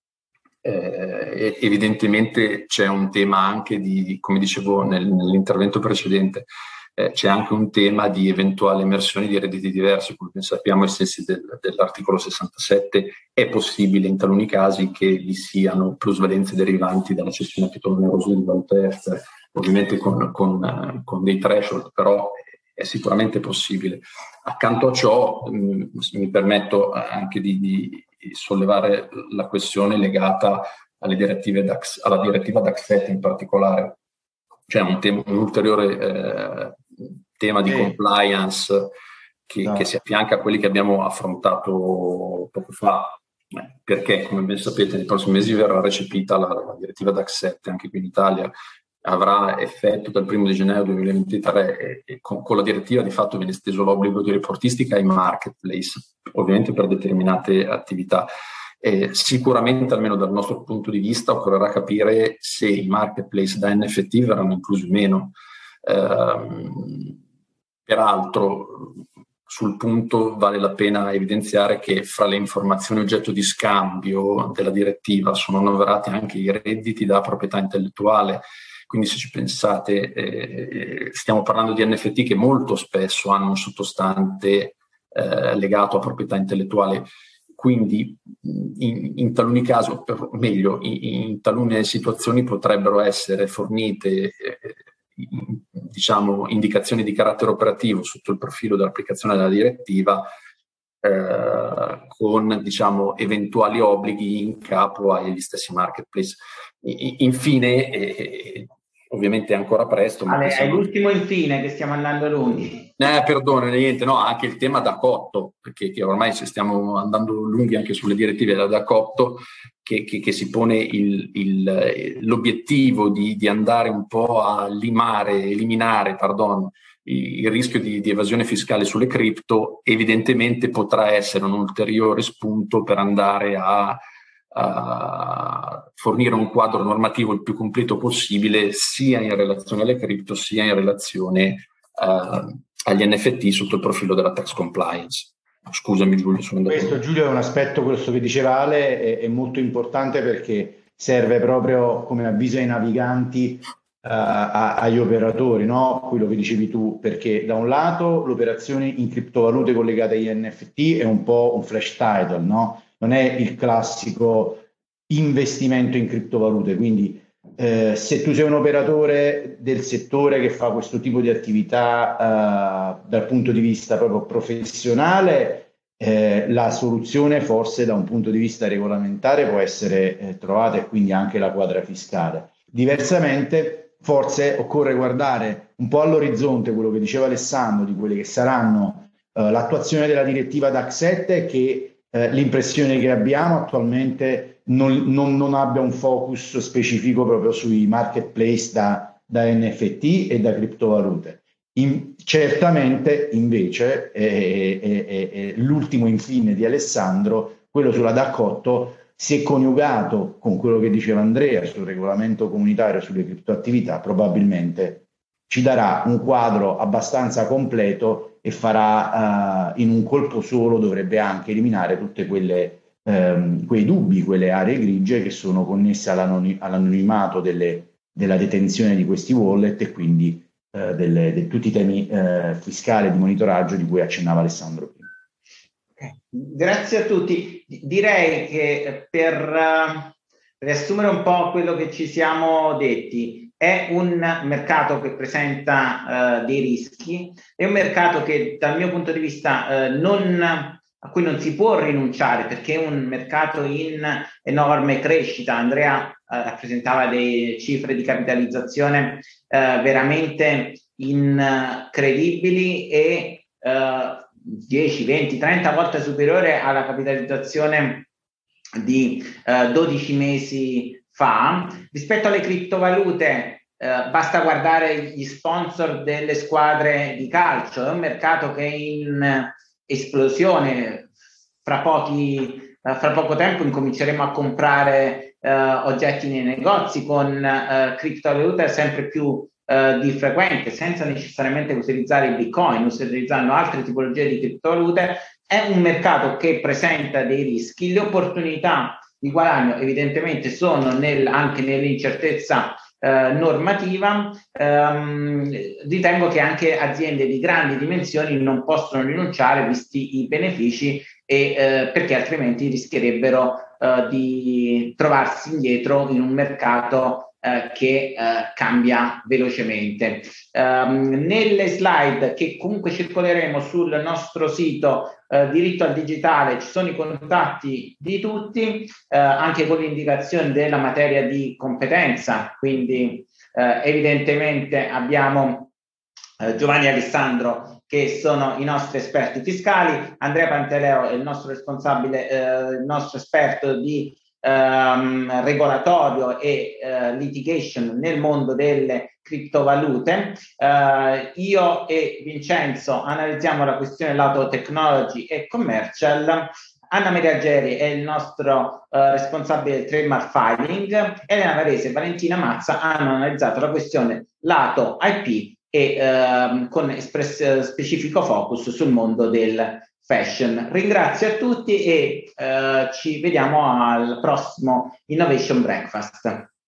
eh, evidentemente c'è un tema anche di, come dicevo nel, nell'intervento precedente, Eh, c'è anche un tema di eventuale emersione di redditi diversi, come ben sappiamo ai sensi del, dell'articolo sessantasette è possibile in taluni casi che vi siano plusvalenze derivanti dalla cessione a titolo oneroso di valute estere, ovviamente con, con, con dei threshold, però è sicuramente possibile. Accanto a ciò mh, mi permetto anche di, di sollevare la questione legata alle direttive D A X, alla direttiva D A X sette in particolare. C'è un, tema, un ulteriore eh, tema di sì. compliance che, no. che si affianca a quelli che abbiamo affrontato poco fa, eh, perché, come ben sapete, nei prossimi mesi verrà recepita la, la direttiva D A X sette anche qui in Italia, avrà effetto dal primo di gennaio duemilaventitré e, e con, con la direttiva di fatto viene esteso l'obbligo di reportistica ai marketplace, ovviamente per determinate attività. Eh, sicuramente, almeno dal nostro punto di vista, occorrerà capire se i marketplace da N F T verranno inclusi o meno. Eh, peraltro, sul punto vale la pena evidenziare che fra le informazioni oggetto di scambio della direttiva sono annoverati anche i redditi da proprietà intellettuale. Quindi se ci pensate, eh, stiamo parlando di N F T che molto spesso hanno un sottostante eh, legato a proprietà intellettuale. Quindi in, in taluni casi, o per, meglio, in, in talune situazioni potrebbero essere fornite eh, in, diciamo, indicazioni di carattere operativo sotto il profilo dell'applicazione della direttiva eh, con, diciamo, eventuali obblighi in capo agli stessi marketplace. I, infine, eh, ovviamente è ancora presto. Ma Ale, siamo... è l'ultimo infine che stiamo andando lunghi. Eh, perdone, niente, no, anche il tema da cotto, perché che ormai ci stiamo andando lunghi anche sulle direttive da, da cotto, che, che, che si pone il, il, l'obiettivo di, di andare un po' a limare, eliminare, pardon, il, il rischio di, di evasione fiscale sulle cripto, evidentemente potrà essere un ulteriore spunto per andare a a fornire un quadro normativo il più completo possibile sia in relazione alle cripto sia in relazione uh, agli N F T sotto il profilo della tax compliance. Scusami Giulio, sono andato. Questo Giulio è un aspetto, questo che diceva Ale, è, è molto importante perché serve proprio come avviso ai naviganti a, agli operatori, no? Quello che dicevi tu, perché da un lato l'operazione in criptovalute collegate agli N F T è un po' un flash title, no? Non è il classico investimento in criptovalute, quindi eh, se tu sei un operatore del settore che fa questo tipo di attività eh, dal punto di vista proprio professionale, eh, la soluzione forse da un punto di vista regolamentare può essere eh, trovata, e quindi anche la quadra fiscale. Diversamente forse occorre guardare un po' all'orizzonte quello che diceva Alessandro di quelle che saranno eh, l'attuazione della direttiva D A C sette, che eh, l'impressione che abbiamo attualmente non, non, non abbia un focus specifico proprio sui marketplace da, da N F T e da criptovalute. In, certamente invece eh, eh, eh, eh, l'ultimo infine di Alessandro, quello sulla D A C otto, se coniugato con quello che diceva Andrea sul regolamento comunitario sulle criptoattività, probabilmente ci darà un quadro abbastanza completo e farà uh, in un colpo solo, dovrebbe anche eliminare tutte quelle um, quei dubbi, quelle aree grigie che sono connesse all'anoni- all'anonimato delle, della detenzione di questi wallet e quindi uh, delle, de tutti i temi uh, fiscali e di monitoraggio di cui accennava Alessandro prima. Grazie a tutti. Direi che per uh, riassumere un po' quello che ci siamo detti, è un mercato che presenta uh, dei rischi, è un mercato che dal mio punto di vista uh, non, a cui non si può rinunciare, perché è un mercato in enorme crescita. Andrea uh, rappresentava delle cifre di capitalizzazione uh, veramente incredibili e uh, dieci, venti, trenta volte superiore alla capitalizzazione di eh, dodici mesi fa. Rispetto alle criptovalute eh, basta guardare gli sponsor delle squadre di calcio, è un mercato che è in esplosione. Fra pochi, eh, fra poco tempo incominceremo a comprare eh, oggetti nei negozi con eh, criptovalute sempre più Uh, di frequente, senza necessariamente utilizzare il Bitcoin, utilizzando altre tipologie di criptovalute. È un mercato che presenta dei rischi. Le opportunità di guadagno evidentemente sono nel, anche nell'incertezza uh, normativa. Um, ritengo che anche aziende di grandi dimensioni non possono rinunciare, visti i benefici, e uh, perché altrimenti rischierebbero uh, di trovarsi indietro in un mercato Uh, che uh, cambia velocemente. Um, nelle slide che comunque circoleremo sul nostro sito uh, Diritto al Digitale ci sono i contatti di tutti, uh, anche con l'indicazione della materia di competenza, quindi uh, evidentemente abbiamo uh, Giovanni e Alessandro che sono i nostri esperti fiscali, Andrea Panteleo è il nostro responsabile, uh, il nostro esperto di Um, regolatorio e uh, litigation nel mondo delle criptovalute. Uh, io e Vincenzo analizziamo la questione lato technology e commercial. Anna Maria Geri è il nostro uh, responsabile del trademark filing. Elena Varese e Valentina Mazza hanno analizzato la questione lato I P e uh, con espress- specifico focus sul mondo del fashion. Ringrazio a tutti e uh, ci vediamo al prossimo Innovation Breakfast.